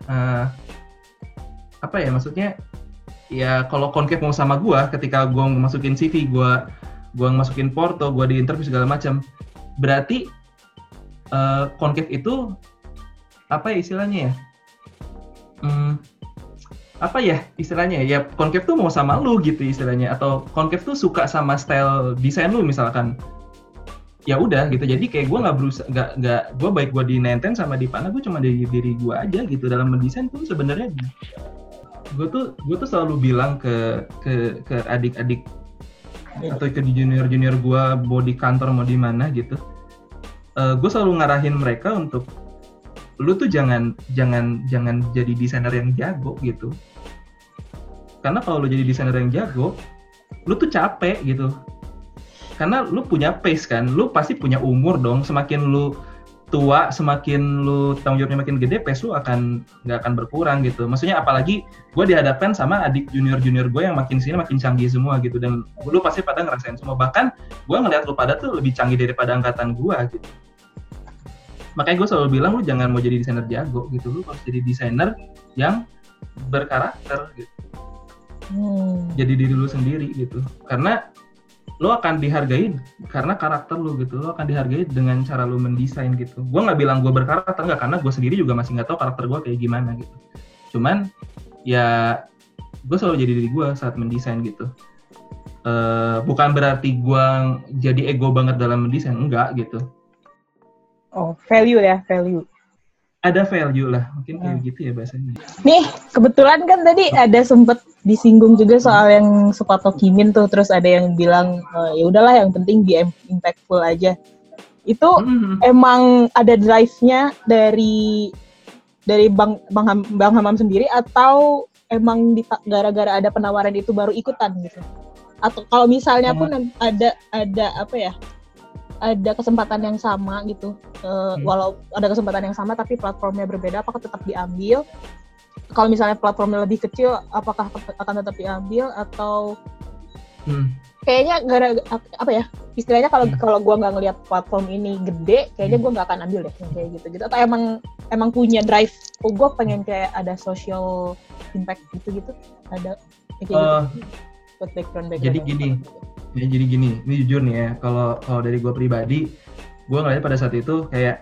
maksudnya ya kalau Concave mau sama gue, ketika gue masukin CV, gue masukin porto, gue di interview segala macam, berarti Concave itu apa ya istilahnya ya? Ya Concave tuh mau sama lu gitu istilahnya, atau Concave tuh suka sama style desain lu misalkan. Ya udah gitu, jadi kayak gue baik gue di Nenten sama di Pana, gue cuma diri gue aja gitu. Dalam mendesain tuh sebenarnya gue tuh selalu bilang ke adik-adik atau ke junior gue, mau di kantor mau di mana gitu, gue selalu ngarahin mereka untuk lu tuh jangan jadi desainer yang jago gitu, karena kalau lu jadi desainer yang jago, lu tuh capek gitu, karena lu punya pace kan, lu pasti punya umur dong, semakin lu tua, semakin lu tanggung jawabnya makin gede, pace lu nggak akan berkurang gitu. Maksudnya apalagi gue dihadapkan sama adik junior gue yang makin sini makin canggih semua gitu, dan lu pasti pada ngerasain semua. Bahkan gue ngeliat lu pada tuh lebih canggih daripada angkatan gue gitu. Makanya gue selalu bilang lu jangan mau jadi desainer jago gitu, lu harus jadi desainer yang berkarakter gitu. Jadi diri lu sendiri gitu, karena lo akan dihargai karena karakter lo gitu, lo akan dihargai dengan cara lo mendesain gitu. Gue nggak bilang gue berkarakter, nggak, karena gue sendiri juga masih nggak tahu karakter gue kayak gimana gitu. Cuman ya gue selalu jadi diri gue saat mendesain gitu. Bukan berarti gue jadi ego banget dalam mendesain, enggak gitu. Oh, value ya, value. Ada value lah, mungkin kayak gitu ya bahasanya. Nih, kebetulan kan tadi ada sempet disinggung juga soal yang sepatu Kimin tuh, terus ada yang bilang ya udahlah yang penting be impactful aja. Itu emang ada drive-nya dari Bang Hamam sendiri, atau emang gara-gara ada penawaran itu baru ikutan gitu? Atau kalau misalnya pun ada kesempatan yang sama gitu, walau ada kesempatan yang sama tapi platformnya berbeda, apakah tetap diambil? Kalau misalnya platformnya lebih kecil, apakah akan tetap diambil, atau kayaknya istilahnya kalau gue nggak ngelihat platform ini gede, kayaknya gue nggak akan ambil deh yang kayak gitu, atau emang punya drive, gue pengen kayak ada social impact gitu, ada kayak gitu buat background. Jadi gini, ini jujur nih ya, kalau dari gue pribadi, gue ngeliatnya pada saat itu kayak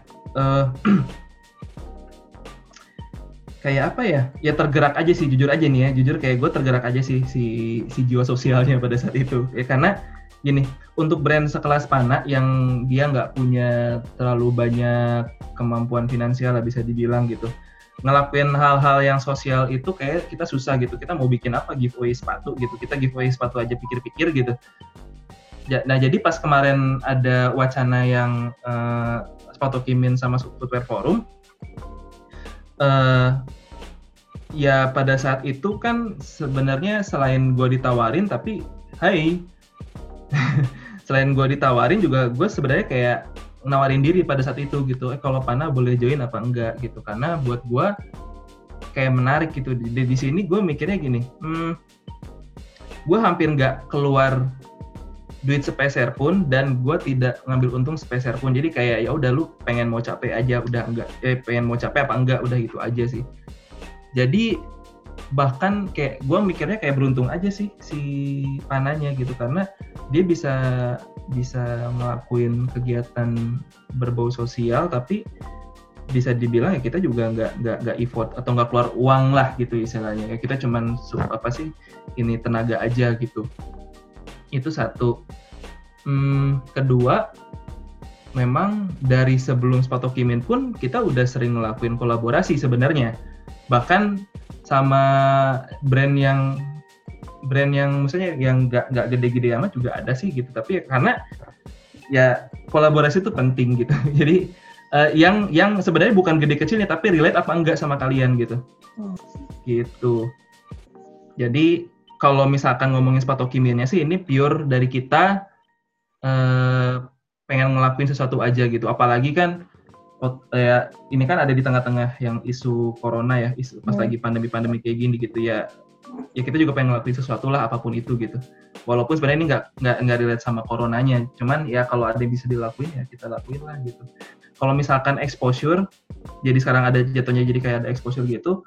ya tergerak aja sih, jujur kayak gue tergerak aja sih si jiwa sosialnya pada saat itu ya. Karena gini, untuk brand sekelas Pana yang dia nggak punya terlalu banyak kemampuan finansial lah bisa dibilang gitu, ngelakuin hal-hal yang sosial itu kayak kita susah gitu. Kita mau bikin apa, giveaway sepatu gitu, kita giveaway sepatu aja pikir-pikir gitu. Nah jadi pas kemarin ada wacana yang sepatu Kimin sama Footwear Forum, ya pada saat itu kan sebenarnya selain gue ditawarin, tapi selain gue ditawarin juga gue sebenarnya kayak nawarin diri pada saat itu gitu. Kalau Pana boleh join apa enggak gitu. Karena buat gue kayak menarik gitu. Di sini gue mikirnya gini, gue hampir nggak keluar duit sepeser pun dan gue tidak ngambil untung sepeser pun. Jadi kayak ya udah lu pengen mau capek aja udah enggak, pengen mau capek apa enggak udah gitu aja sih. Jadi bahkan kayak gue mikirnya kayak beruntung aja sih si Pananya gitu, karena dia bisa ngelakuin kegiatan berbau sosial tapi bisa dibilang ya kita juga nggak effort atau nggak keluar uang lah gitu istilahnya, ya kita cuman ini tenaga aja gitu. Itu satu. Kedua, memang dari sebelum Sepatu Kimin pun kita udah sering ngelakuin kolaborasi sebenarnya, bahkan sama brand yang misalnya yang nggak gede-gede amat juga ada sih gitu. Tapi karena ya kolaborasi itu penting gitu. Jadi yang sebenarnya bukan gede kecilnya tapi relate apa enggak sama kalian gitu. Gitu. Jadi kalau misalkan ngomongin Sepatu Kiminnya sih ini pure dari kita pengen ngelakuin sesuatu aja gitu. Apalagi kan ya ini kan ada di tengah-tengah yang isu corona ya, isu pas lagi pandemi kayak gini gitu ya. Ya kita juga pengen ngelakuin sesuatu lah apapun itu gitu. Walaupun sebenarnya ini nggak relate sama coronanya, cuman ya kalau ada yang bisa dilakuin ya kita lakuin lah gitu. Kalau misalkan exposure, jadi sekarang ada jatuhnya jadi kayak ada exposure gitu.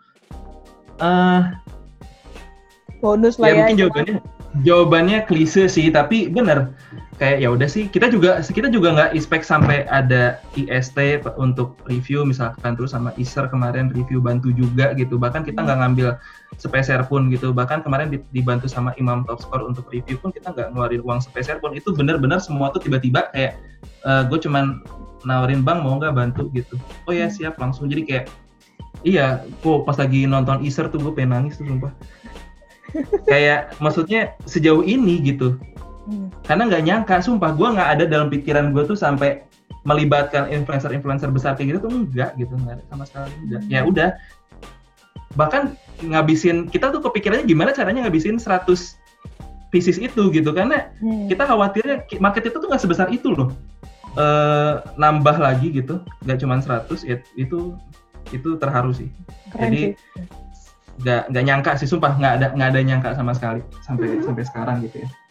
Bonus lah ya. Ya Mungkin jawabannya klise sih, tapi bener. Kayak ya udah sih, kita juga nggak expect sampai ada IST untuk review misalkan, terus sama Iser kemarin review bantu juga gitu. Bahkan kita nggak ngambil sepeser pun gitu. Bahkan kemarin dibantu sama Imam Top Score untuk review pun kita nggak ngeluarin uang sepeser pun. Itu bener-bener semua tuh tiba-tiba kayak gue cuman nawarin bang mau nggak bantu gitu. Oh ya siap langsung. Jadi kayak iya, kok pas lagi nonton Iser tuh gue pengen nangis tuh sumpah. Kayak maksudnya sejauh ini gitu. Karena nggak nyangka, sumpah gue nggak ada dalam pikiran gue tuh sampai melibatkan influencer besar kayak gitu tuh enggak gitu, nggak ada sama sekali enggak. Ya udah, bahkan ngabisin, kita tuh kepikirannya gimana caranya ngabisin 100 pieces itu gitu, karena kita khawatirnya market itu tuh nggak sebesar itu loh, nambah lagi gitu, nggak cuma 100 ya, itu terharu sih. Keren. Jadi nggak nyangka sih, sumpah nggak ada nyangka sama sekali sampai sekarang gitu ya.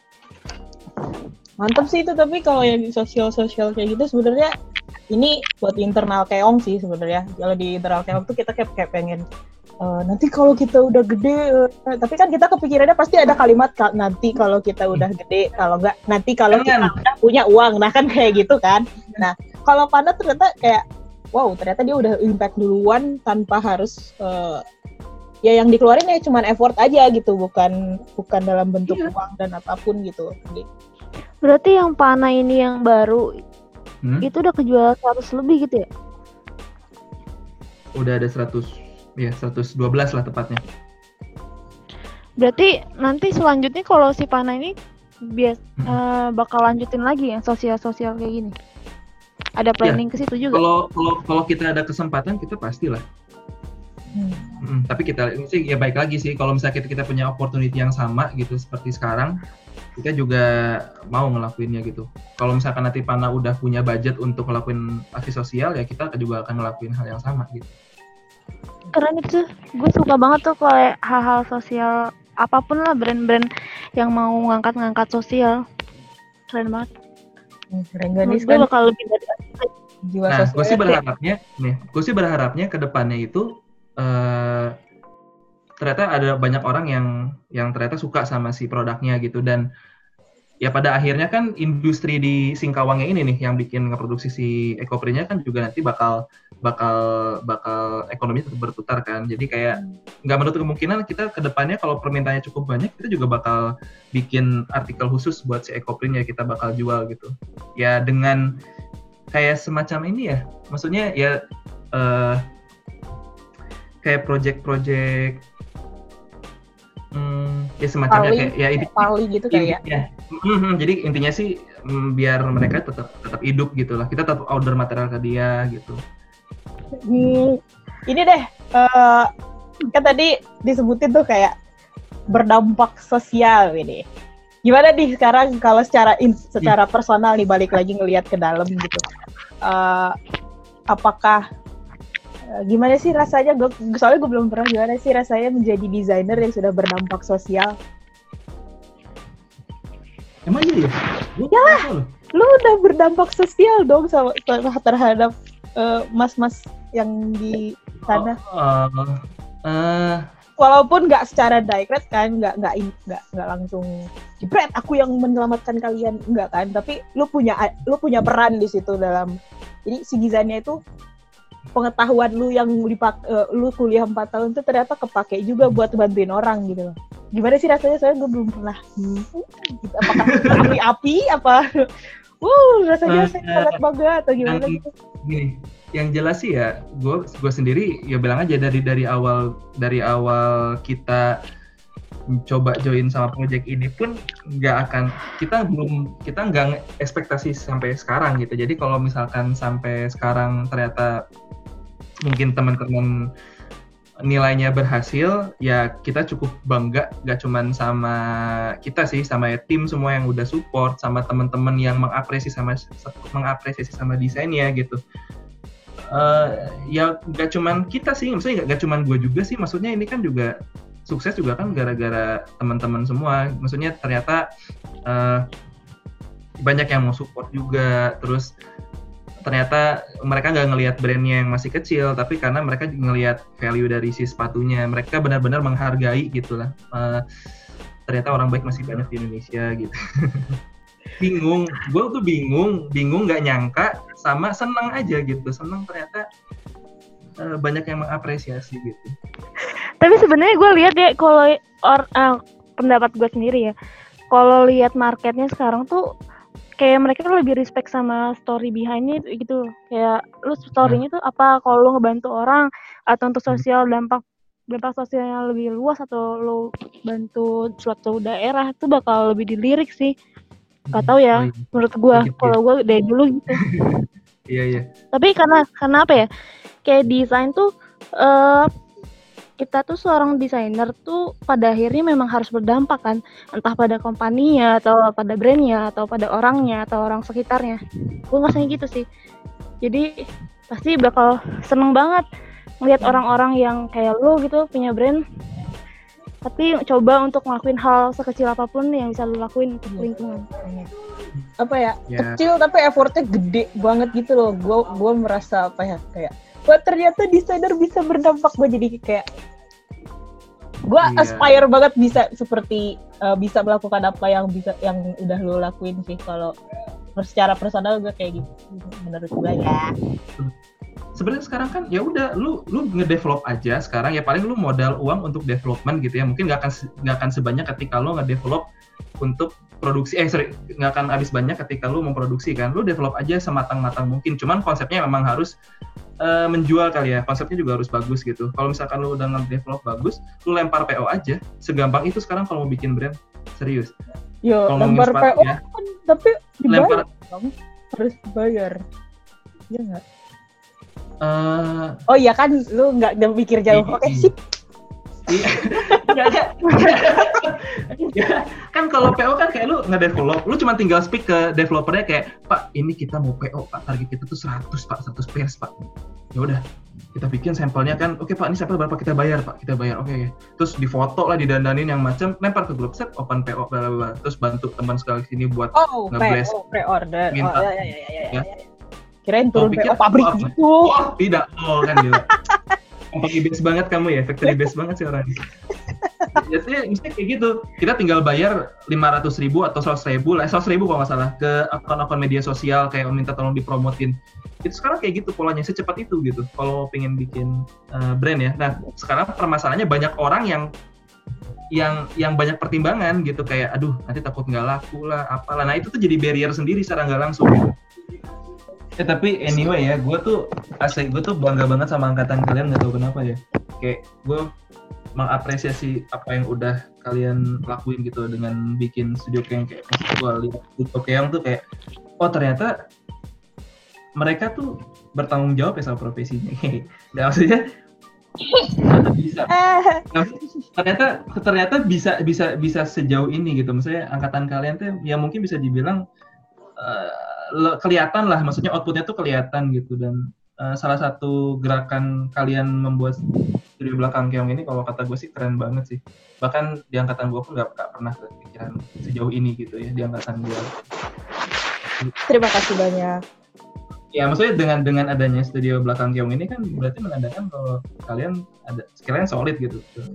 Mantap sih itu. Tapi kalau yang sosial kayak gitu sebenarnya ini buat internal Keong sih sebenarnya. Kalau di internal Keong tuh kita kayak pengen nanti kalau kita udah gede, tapi kan kita kepikirannya pasti ada kalimat nanti kalau kita udah gede, kalau enggak nanti kalau kita udah punya uang. Nah kan kayak gitu kan. Nah kalau Pana ternyata kayak wow, ternyata dia udah impact duluan tanpa harus ya yang dikeluarin ya cuman effort aja gitu, bukan dalam bentuk uang dan apapun gitu. Berarti yang Pana ini yang baru itu udah kejual 100 lebih gitu ya? Udah ada 112 lah tepatnya. Berarti nanti selanjutnya kalau si Pana ini bakal lanjutin lagi yang sosial kayak gini? Ada planning ke situ juga? Kalau kita ada kesempatan kita pastilah. Tapi kita sih ya baik lagi sih, kalau misalnya kita punya opportunity yang sama gitu seperti sekarang, kita juga mau ngelakuinnya gitu. Kalau misalkan nanti Pana udah punya budget untuk ngelakuin aksi sosial, ya kita juga akan ngelakuin hal yang sama gitu. Keren itu, gue suka banget tuh kayak hal-hal sosial apapun lah, brand-brand yang mau ngangkat sosial, keren banget. Keren gadis kan? Gue bakal lebih dari jiwa sosial. Gue sih berharapnya ke depannya itu ternyata ada banyak orang yang ternyata suka sama si produknya gitu, dan ya pada akhirnya kan industri di Singkawangnya ini nih yang bikin ngeproduksi si Ecoprintnya kan juga nanti bakal ekonomi tetap berputar kan. Jadi kayak nggak menutup kemungkinan kita ke depannya kalau permintaannya cukup banyak, kita juga bakal bikin artikel khusus buat si Ecoprint ya, kita bakal jual gitu ya, dengan kayak semacam ini ya, maksudnya ya kayak project ya semacamnya kayak ya ini pali gitu kayak ya. Jadi intinya sih biar mereka tetap hidup gitu lah, kita tetap order material ke dia gitu. Ini deh kan tadi disebutin tuh kayak berdampak sosial ini. Gimana nih sekarang kalau secara personal nih, balik lagi ngelihat ke dalam gitu. Apakah gimana sih rasanya? Soalnya gue belum pernah, gimana sih rasanya menjadi desainer yang sudah berdampak sosial? Emang iya ya? Yalah, lu udah berdampak sosial dong sama terhadap mas-mas yang di sana. Walaupun nggak secara direct kan, nggak langsung jebret aku yang menyelamatkan kalian, enggak kan, tapi lu punya peran di situ dalam. Jadi si Gizannya itu pengetahuan lu yang lu kuliah 4 tahun itu ternyata kepake juga buat bantuin orang gitu loh. Gimana sih rasanya? Soalnya gue belum pernah. Gitu. Apakah api-api apa? Rasanya saya sangat bangga atau gimana gitu? Gini, yang jelas sih ya, gue sendiri ya bilang aja dari awal kita coba join sama project ini pun kita nggak ekspektasi sampai sekarang gitu. Jadi kalau misalkan sampai sekarang ternyata mungkin teman-teman nilainya berhasil, ya kita cukup bangga, gak cuman sama kita sih, sama tim semua yang udah support, sama teman-teman yang mengapresiasi sama desainnya gitu. Ya gak cuman kita sih, maksudnya gak cuman gue juga sih, maksudnya ini kan juga sukses juga kan gara-gara teman-teman semua. Maksudnya ternyata banyak yang mau support juga, terus ternyata mereka nggak ngelihat brandnya yang masih kecil, tapi karena mereka ngelihat value dari si sepatunya, mereka benar-benar menghargai gitulah. Ternyata orang baik masih banyak di Indonesia gitu. Gue tuh bingung nggak nyangka, sama senang aja gitu, senang ternyata banyak yang mengapresiasi gitu. Tapi sebenarnya gue lihat ya, kalau pendapat gue sendiri ya, kalau lihat marketnya sekarang tuh kayak mereka lebih respect sama story behind-nya gitu. Kayak lu story-nya tuh apa, kalau lu ngebantu orang atau untuk sosial dampak sosialnya lebih luas, atau lu bantu suatu daerah, itu bakal lebih dilirik sih. Gak tau ya, menurut gue, kalau gue dari dulu gitu. Iya. Tapi karena apa ya, kayak desain tuh kita tuh seorang desainer tuh pada akhirnya memang harus berdampak kan, entah pada kompaninya atau pada brandnya atau pada orangnya atau orang sekitarnya. Gue ngerasanya gitu sih. Jadi pasti bakal seneng banget ngeliat orang-orang yang kayak lu gitu punya brand, tapi coba untuk ngelakuin hal sekecil apapun yang bisa lu lakuin untuk lingkungan. Apa ya, kecil tapi effortnya gede banget gitu loh. Gue merasa apa ya, kayak wah ternyata desainer bisa berdampak. Gue jadi kayak gue aspire banget bisa seperti bisa melakukan apa yang udah lo lakuin sih. Kalau secara personal gue kayak gitu menurut gue ya. Sebenarnya sekarang kan ya udah lu ngedevelop aja sekarang, ya paling lu modal uang untuk development gitu ya, mungkin nggak akan sebanyak ketika lu ngedevelop untuk produksi, nggak akan habis banyak ketika lu memproduksi kan. Lu develop aja sematang-matang mungkin, cuman konsepnya memang harus menjual kali ya, konsepnya juga harus bagus gitu. Kalau misalkan lu udah nge-develop bagus, lu lempar PO aja, segampang itu sekarang kalau mau bikin brand, serius. Yo, lempar PO ya, kan, tapi dibayar dong, harus dibayar, iya nggak? Oh iya kan, lu nggak mikir jauh. Oke, sip. Iya. Kan kalau PO kan kayak lu nge-develop, lu cuma tinggal speak ke developernya kayak, Pak, ini kita mau PO, Pak, target kita tuh 100 pairs, Pak. Ya udah, kita bikin sampelnya kan, oke Pak, ini sampel berapa, kita bayar, Pak, kita bayar, oke. Terus difoto lah, didandanin yang macam, lempar ke grup set, open PO, bla. Terus bantu teman sekali sini buat nge-bless. Pre-order. Minta. Ya. Kirain turun PO pabrik gitu. Oh, tidak. Oh, kan gitu. Company base banget kamu ya, factory base banget sih orangnya. Jadi misalnya kayak gitu, kita tinggal bayar 500.000 atau 100.000 lah, 100.000 kalau nggak salah, ke akun-akun media sosial kayak minta tolong dipromotin. Itu sekarang kayak gitu polanya, secepat itu gitu. Kalau pengen bikin brand ya. Nah sekarang permasalahannya banyak orang yang banyak pertimbangan gitu, kayak aduh nanti takut nggak laku lah, apalah. Nah itu tuh jadi barrier sendiri secara nggak langsung. Tapi anyway ya, gue tuh bangga banget sama angkatan kalian, nggak tahu kenapa ya. Kayak gue mengapresiasi apa yang udah kalian lakuin gitu dengan bikin studio kayak gue lihat studio Keong tuh kayak, oh ternyata mereka tuh bertanggung jawab ya sama profesinya. Nggak, maksudnya Bisa. Nah, ternyata bisa sejauh ini gitu. Maksudnya angkatan kalian tuh ya mungkin bisa dibilang kelihatan lah, maksudnya outputnya tuh kelihatan gitu. Dan salah satu gerakan kalian membuat studio belakang keong ini kalau kata gue sih keren banget sih. Bahkan di angkatan gue pun nggak pernah kepikiran sejauh ini gitu ya di angkatan gue. Terima kasih banyak. Ya maksudnya dengan adanya studio belakang keong ini kan berarti menandakan kalau kalian ada skillnya solid gitu.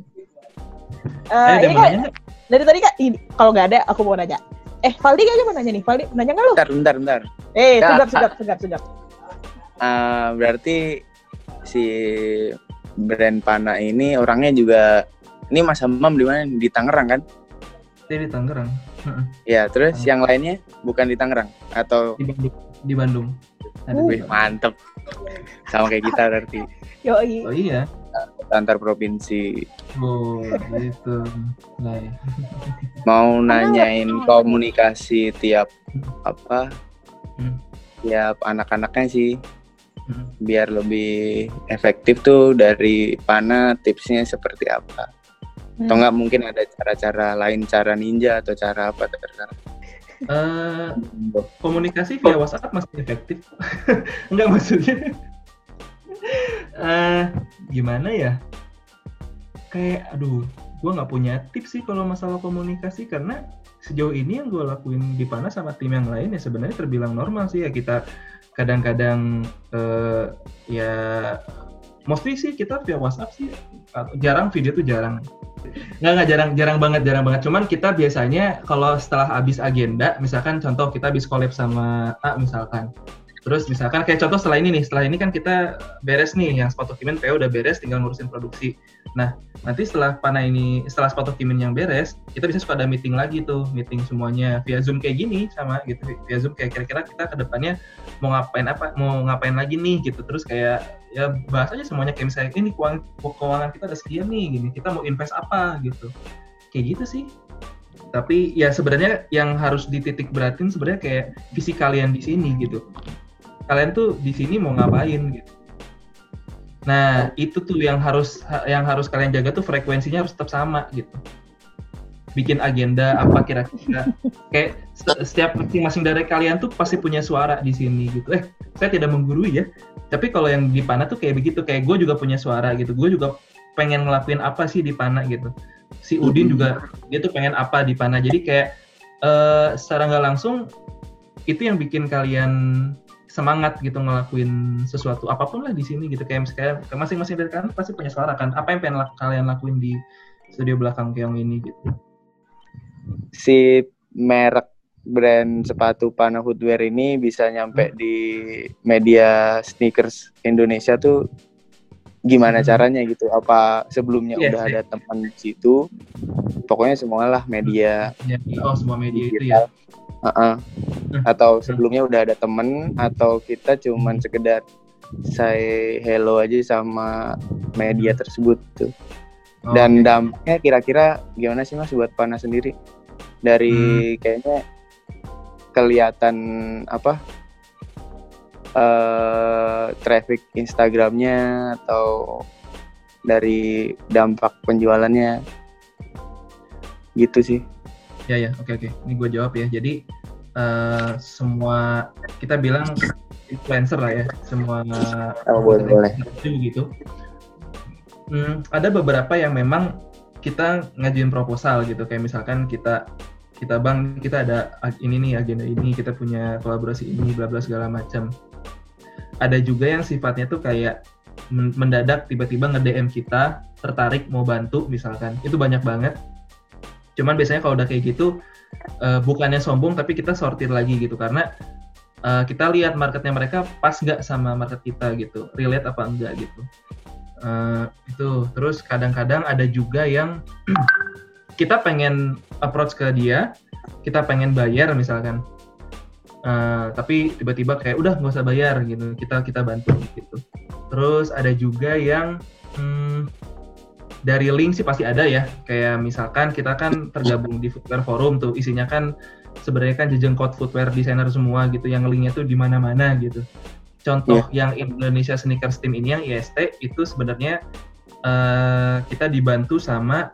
Ini kan dari tadi Kak, kalau nggak ada aku mau nanya. Valdi kayaknya mau nanya nih. Valdi nanya nggak lu? Bentar. Segap. Berarti si brand Pana ini orangnya juga, ini Mas Hamam di mana? Di Tangerang kan? Di Tangerang. Ya, terus yang lainnya bukan di Tangerang atau di Bandung. Wih, mantep. Sama kayak kita berarti. Yoi. Oh iya. Antar provinsi. Oh, gitu. Nah, ya. Mau nanyain komunikasi tiap tiap anak-anaknya sih. Biar lebih efektif tuh dari Pana, tipsnya seperti apa? Atau enggak mungkin ada cara-cara lain, cara ninja atau cara apa terserah. Komunikasi via WhatsApp masih efektif. Enggak, maksudnya gimana ya, kayak gue nggak punya tips sih kalau masalah komunikasi, karena sejauh ini yang gue lakuin di Pana sama tim yang lain ya sebenarnya terbilang normal sih ya. Kita kadang-kadang ya mostly sih kita via WhatsApp sih, jarang video tuh jarang. Nggak jarang banget. Cuman kita biasanya kalau setelah habis agenda, misalkan contoh kita habis collab sama A misalkan, terus misalkan kayak contoh setelah ini kan kita beres nih, yang sepatu Kimin PO udah beres, tinggal ngurusin produksi. Nah nanti setelah sepatu Kimin yang beres, kita bisa suka ada meeting lagi tuh, meeting semuanya via Zoom kayak gini sama gitu, via Zoom kayak kira-kira kita ke depannya mau ngapain lagi nih gitu. Terus kayak ya bahas aja semuanya, kayak misalnya ini keuangan kita ada sekian nih gini, kita mau invest apa gitu, kayak gitu sih. Tapi ya sebenarnya yang harus dititik beratin sebenarnya kayak visi kalian di sini gitu, kalian tuh di sini mau ngapain gitu. Nah itu tuh yang harus kalian jaga tuh, frekuensinya harus tetap sama gitu. Bikin agenda apa kira-kira, kayak setiap masing-masing dari kalian tuh pasti punya suara di sini gitu. Saya tidak menggurui ya, tapi kalau yang di Pana tuh kayak begitu, kayak gue juga punya suara gitu. Gue juga pengen ngelakuin apa sih di Pana gitu. Si Udin juga dia tuh pengen apa di Pana. Jadi kayak secara nggak langsung itu yang bikin kalian semangat gitu ngelakuin sesuatu apapun lah di sini gitu. Kayak misalnya masing-masing dari kalian pasti punya suara kan, apa yang pengen kalian lakuin di studio belakang keong ini gitu. Si merek brand sepatu Pana Footwear ini bisa nyampe di media sneakers Indonesia tuh gimana caranya gitu? Apa sebelumnya udah ada teman di situ? Pokoknya semualah media. Semua media itu ya. Atau sebelumnya udah ada temen, atau kita cuman sekedar say hello aja sama media tersebut tuh. Dan dampaknya kira-kira gimana sih Mas buat Pana sendiri? Dari kayaknya kelihatan traffic Instagramnya atau dari dampak penjualannya gitu sih. Ya, oke. Ini gue jawab ya. Jadi semua kita bilang influencer lah ya, semua boleh gitu. Ada beberapa yang memang kita ngajuin proposal gitu, kayak misalkan kita bang, kita ada ini nih, agenda ini, kita punya kolaborasi ini, bla bla segala macam. Ada juga yang sifatnya tuh kayak mendadak tiba-tiba nge-DM kita, tertarik mau bantu misalkan. Itu banyak banget. Cuman biasanya kalau udah kayak gitu bukannya sombong, tapi kita sortir lagi gitu, karena kita lihat marketnya mereka pas nggak sama market kita gitu, relate apa enggak gitu. Itu terus kadang-kadang ada juga yang kita pengen approach ke dia, kita pengen bayar misalkan, tapi tiba-tiba kayak udah nggak usah bayar gitu, kita bantu gitu. Terus ada juga yang dari link sih pasti ada ya, kayak misalkan kita kan tergabung di Footwear Forum tuh, isinya kan sebenarnya kan jejengkot footwear designer semua gitu, yang linknya tuh di mana-mana gitu. Contoh yang Indonesia Sneakers Team ini yang IST itu sebenarnya kita dibantu sama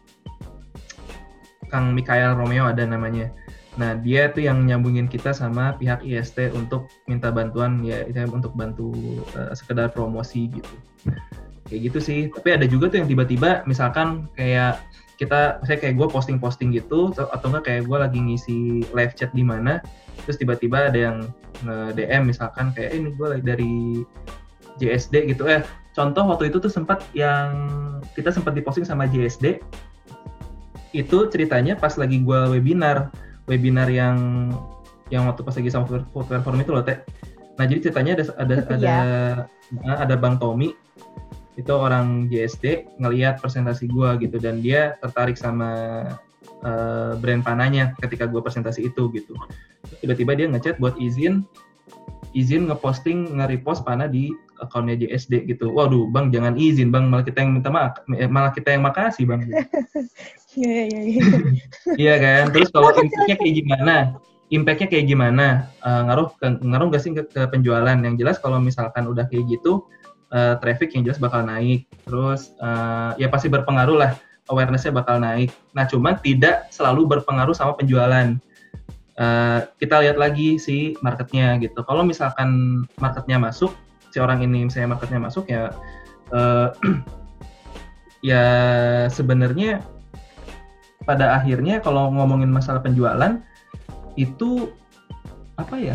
Kang Mikael Romeo ada namanya. Nah, dia tuh yang nyambungin kita sama pihak IST untuk minta bantuan ya itu untuk bantu sekedar promosi gitu. Kayak gitu sih. Tapi ada juga tuh yang tiba-tiba misalkan kayak misalnya kayak gue posting-posting gitu atau enggak kayak gue lagi ngisi live chat di mana terus tiba-tiba ada yang nge-DM misalkan kayak ini gue lagi dari JSD gitu. Contoh waktu itu tuh kita sempat diposting sama JSD. Itu ceritanya pas lagi gue webinar yang waktu pas lagi sama Footwear Forum itu loh Teh. Nah jadi ceritanya ada Bang Tommy itu orang JSD ngelihat presentasi gue gitu dan dia tertarik sama brand pananya ketika gue presentasi itu gitu. Tiba-tiba dia ngechat buat izin ngeposting nge-repost pana di akunnya JSD gitu. Waduh bang jangan izin bang, malah kita yang minta maaf, malah kita yang makasih bang. Iya. Iya kan. Terus kalau impactnya kayak gimana? Ngaruh nggak sih ke penjualan? Yang jelas kalau misalkan udah kayak gitu, traffic yang jelas bakal naik. Terus ya pasti berpengaruh lah, awareness-nya bakal naik. Nah cuman tidak selalu berpengaruh sama penjualan. Kita lihat lagi si marketnya gitu. Kalau misalkan marketnya masuk, si orang ini misalnya marketnya masuk ya, ya sebenarnya pada akhirnya kalau ngomongin masalah penjualan itu apa ya?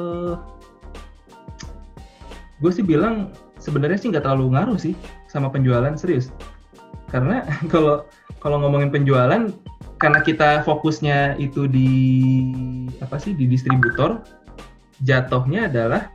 Gue sih bilang sebenarnya sih nggak terlalu ngaruh sih sama penjualan, serius. Karena kalau ngomongin penjualan, karena kita fokusnya itu di distributor, jatuhnya adalah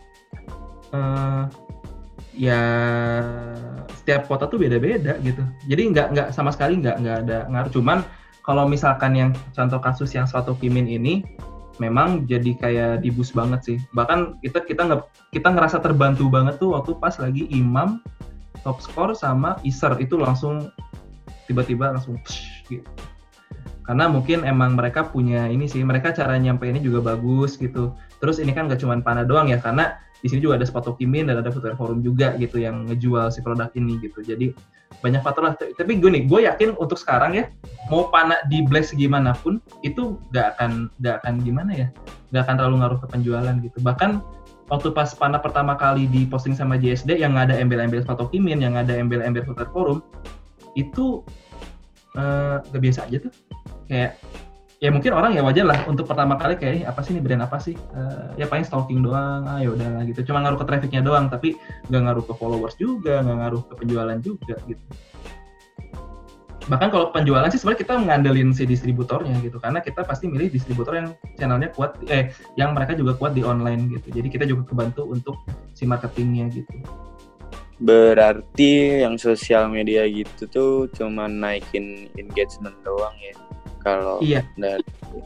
ya setiap kota tuh beda-beda gitu. Jadi nggak sama sekali nggak ada ngaruh. Cuman kalau misalkan yang contoh kasus yang Suatu Kimin ini memang jadi kayak dibus banget sih. Bahkan kita ngerasa terbantu banget tuh waktu pas lagi Imam top score sama Iser itu langsung tiba-tiba langsung gitu. Karena mungkin emang mereka punya ini sih, mereka cara nyampeinnya juga bagus gitu. Terus ini kan nggak cuma Pana doang ya, karena di sini juga ada Suatu Kimin dan ada Footwear Forum juga gitu yang ngejual si produk ini gitu. Jadi banyak faktor lah. Tapi gue yakin untuk sekarang ya, mau Pana di blast gimana pun itu nggak akan gimana ya, nggak akan terlalu ngaruh ke penjualan gitu. Bahkan waktu pas Pana pertama kali di posting sama JSD yang nggak ada embel-embel Suatu Kimin, yang nggak ada embel-embel Footwear Forum, itu gak biasa aja tuh. Kayak ya mungkin orang ya wajar lah untuk pertama kali kayak apa sih ini brand apa sih, ya paling stalking doang, ya udah gitu, cuma ngaruh ke trafficnya doang tapi nggak ngaruh ke followers juga, nggak ngaruh ke penjualan juga gitu. Bahkan kalau penjualan sih sebenarnya kita ngandelin si distributornya gitu, karena kita pasti milih distributor yang channelnya kuat, yang mereka juga kuat di online gitu, jadi kita juga kebantu untuk si marketingnya gitu. Berarti yang sosial media gitu tuh cuma naikin engagement doang ya? Kalau iya. Dari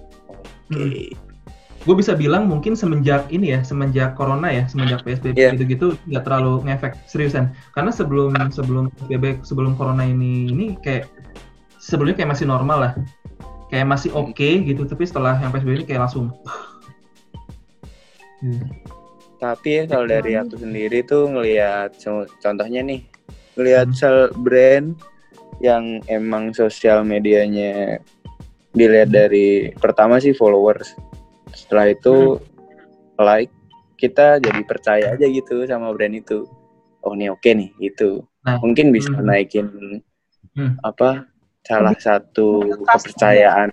Gue bisa bilang mungkin semenjak corona ya, semenjak PSBB gitu-gitu nggak terlalu ngefek, seriusan. Karena sebelum PSBB, sebelum corona ini kayak sebelumnya kayak masih normal lah, kayak masih oke gitu. Tapi setelah yang PSBB ini kayak langsung. Tapi kalau dari aku sendiri tuh ngelihat contohnya nih, ngelihat brand yang emang sosial medianya dilihat dari pertama sih followers, setelah itu like, kita jadi percaya aja gitu sama brand itu. Oh ini oke nih gitu. Nah, mungkin bisa naikin salah satu kepercayaan.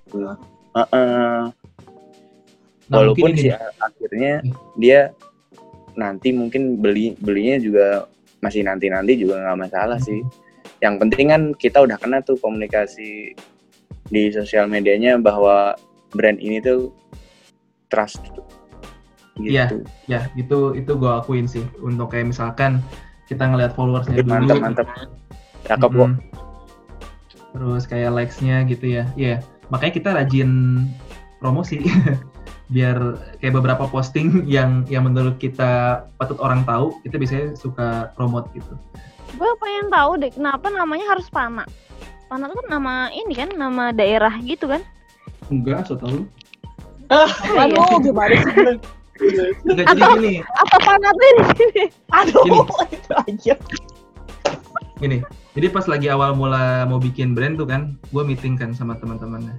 Walaupun sih akhirnya dia nanti mungkin belinya juga masih nanti juga nggak masalah sih. Yang penting kan kita udah kena tuh komunikasi di sosial medianya bahwa brand ini tuh trust gitu. Iya, itu gue akuin sih. Untuk kayak misalkan kita ngelihat followersnya dulu. Mantap. Cakep kok. Terus kayak likes-nya gitu ya. Iya, makanya kita rajin promosi. Biar kayak beberapa posting yang menurut kita patut orang tahu, kita biasanya suka promote gitu. Gue pengen tahu deh, kenapa namanya harus Pana? Pana itu kan nama ini kan, nama daerah gitu kan? Enggak, so tau lu. Aduh, gimana sih? Enggak, jadi gini. Apa Pana tuh di sini? Aduh, itu aja. Gini, jadi pas lagi awal mula mau bikin brand tuh kan, gue meeting kan sama teman-temannya.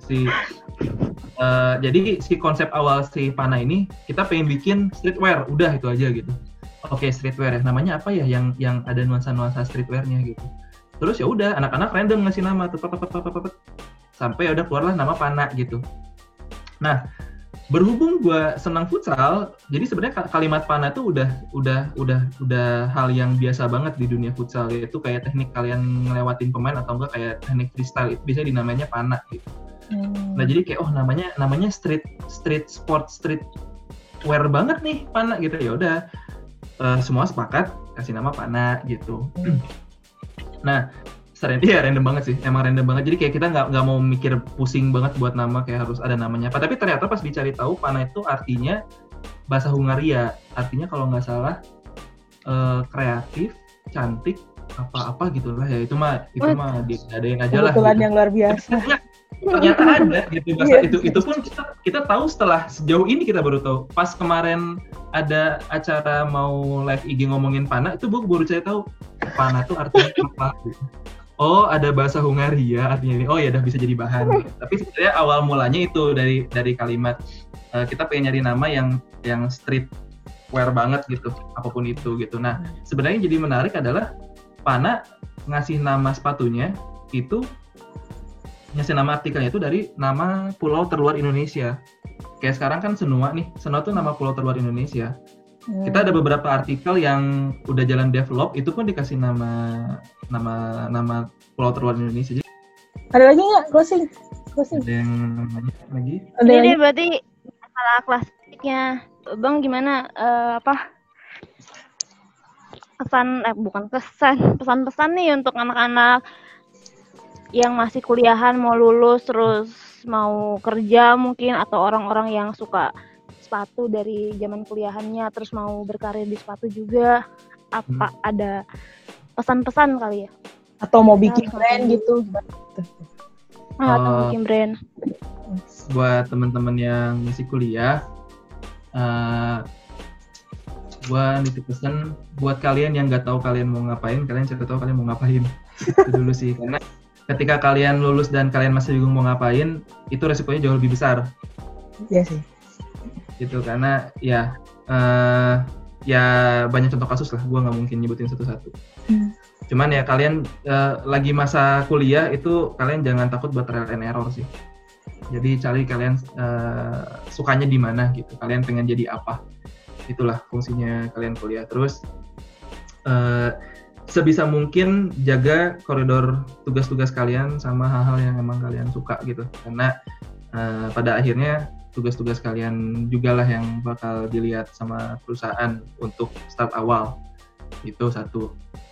Jadi si konsep awal si Pana ini, kita pengen bikin streetwear, udah itu aja gitu. Oke, streetwear ya, namanya apa ya yang ada nuansa-nuansa streetwear-nya gitu. Terus ya udah, anak-anak random ngasih nama tuh, sampai udah keluarlah nama Pana gitu. Nah, berhubung gue senang futsal, jadi sebenarnya kalimat Pana tuh udah hal yang biasa banget di dunia futsal, yaitu kayak teknik kalian ngelewatin pemain atau enggak kayak teknik freestyle itu biasanya dinamanya Pana gitu. Nah jadi kayak namanya street sport, street wear banget nih Pana gitu. Ya udah semua sepakat kasih nama Pana gitu. Nah random banget sih, emang random banget. Jadi kayak kita nggak mau mikir pusing banget buat nama kayak harus ada namanya apa. Tapi ternyata pas dicari tahu Pana itu artinya bahasa Hungaria, artinya kalau nggak salah kreatif, cantik, apa gitulah ya. Itu mah ada yang aja lah. Kebetulan gitu. yang luar biasa. Ternyata ada gitu bahasa itu pun kita tahu setelah sejauh ini kita baru tahu. Pas kemarin ada acara mau live IG ngomongin Pana, itu gue baru cari tahu Pana tuh artinya apa gitu. Oh, ada bahasa Hungaria artinya ini. Oh ya udah bisa jadi bahan. Tapi sebenarnya awal mulanya itu dari kalimat kita pengen nyari nama yang street wear banget gitu, apapun itu gitu. Nah, sebenarnya jadi menarik adalah Pana ngasih nama sepatunya itu ngasih nama artikelnya itu dari nama pulau terluar Indonesia. Kayak sekarang kan Senua nih. Senua tuh nama pulau terluar Indonesia. Kita ada beberapa artikel yang udah jalan develop, itu pun dikasih nama pulau terluar Indonesia. Jadi, ada lagi nggak closing? Ada yang namanya lagi? Jadi berarti masalah klasiknya, Bang gimana pesan-pesan nih untuk anak-anak yang masih kuliahan mau lulus terus mau kerja mungkin, atau orang-orang yang suka sepatu dari zaman kuliahannya terus mau berkarir di sepatu juga, apa ada pesan-pesan kali ya? Atau mau bikin brand gitu? Atau bikin brand? Buat teman-teman yang masih kuliah, gua nitip pesan buat kalian yang nggak tahu kalian mau ngapain, kalian cari tahu kalian mau ngapain. Itu dulu sih, karena ketika kalian lulus dan kalian masih bingung mau ngapain, itu resikonya jauh lebih besar. Iya sih. Gitu, karena ya banyak contoh kasus lah, gue nggak mungkin nyebutin satu-satu. Cuman ya kalian lagi masa kuliah itu kalian jangan takut buat trial and error sih. Jadi cari kalian sukanya di mana gitu, kalian pengen jadi apa, itulah fungsinya kalian kuliah. Terus sebisa mungkin jaga koridor tugas-tugas kalian sama hal-hal yang emang kalian suka gitu, karena pada akhirnya tugas-tugas kalian juga lah yang bakal dilihat sama perusahaan untuk start awal. Itu satu.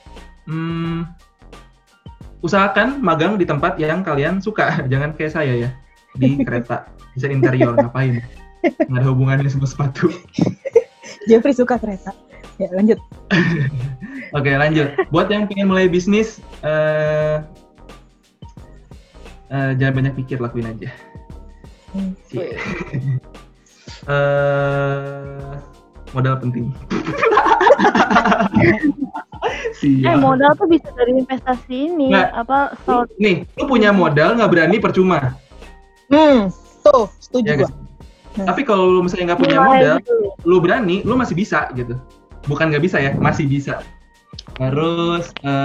Usahakan magang di tempat yang kalian suka, jangan kayak saya ya di kereta, bisa interior, ngapain? Nggak ada hubungannya sama sepatu. Jeffrey suka kereta. Ya lanjut. Oke, lanjut. Buat yang pengen mulai bisnis, jangan banyak pikir, lakuin aja. Modal penting. Modal tuh bisa dari investasi ini. Nih, lu punya modal nggak berani percuma. Tuh, setuju gua. Tapi kalau lu misalnya nggak punya modal, lu berani, lu masih bisa gitu. Bukan nggak bisa ya, masih bisa. Terus,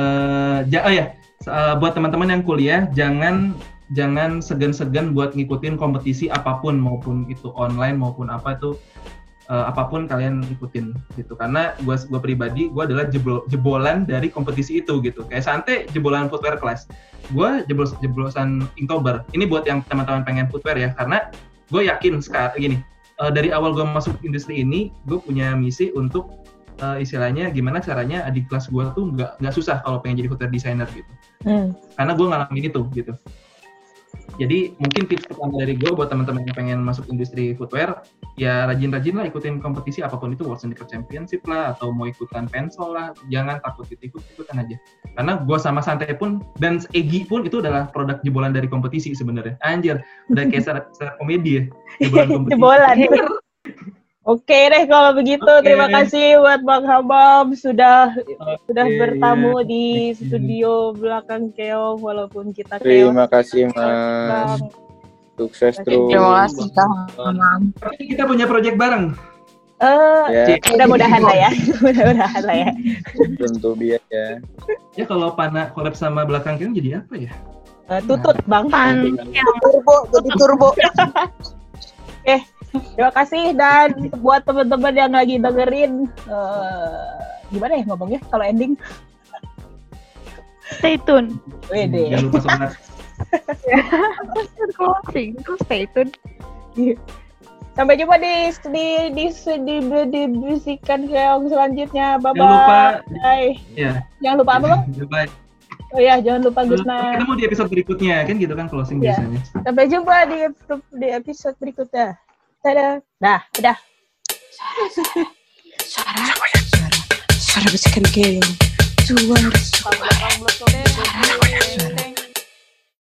buat teman-teman yang kuliah, jangan segan-segan buat ngikutin kompetisi apapun, maupun itu online maupun apa itu, apapun kalian ikutin gitu. Karena gue pribadi, gue adalah jebolan dari kompetisi itu gitu. Kayak Sante jebolan footwear class, gue jeblosan Inktober. Ini buat yang teman-teman pengen footwear ya, karena gue yakin sekarang gini, dari awal gue masuk industri ini, gue punya misi untuk istilahnya gimana caranya adik kelas gue tuh nggak susah kalau pengen jadi footwear designer gitu. Karena gue ngalamin itu gitu. Jadi mungkin tips pertama dari gue buat teman-teman yang pengen masuk industri footwear, ya rajin-rajin lah ikutin kompetisi apapun itu, World Sneaker Championship lah, atau mau ikutan pensol lah, jangan takut, ikutan aja. Karena gue sama Santai pun, dan Egi pun itu adalah produk jebolan dari kompetisi sebenarnya. Anjir, udah kayak secara komedi ya, jebolan kompetisi. Jebolan. Oke deh kalau begitu. Oke. Terima kasih buat Bang Hamam sudah bertamu iya. di studio belakang Keong walaupun kita Keong. Terima kasih Mas. Bang. Sukses terus. Terima kasih Kang Hamam. Tapi kita punya project bareng. Ya, Mudah-mudahan lah ya. Mudah-mudahan lah ya. tentu biar ya. Ya kalau Pana collab sama belakang Keong jadi apa ya? Tutut Bang. Jadi turbo. Terima kasih dan buat teman-teman yang lagi dengerin gimana ya ngomongnya kalau ending? Stay tune. Wede. Jangan lupa sholat. Closing, terus stay tune. Sampai jumpa di bisikan Keong selanjutnya. Bye bye. Jangan lupa. Ya. Jangan lupa apa Bang? Bye. Oh ya, jangan lupa Gus Nah. Ketemu di episode berikutnya kan gitu kan closing Iya. biasanya. Sampai jumpa di episode berikutnya. Dadah. Dah, udah. Suara bisikan keong. Suara. Suara.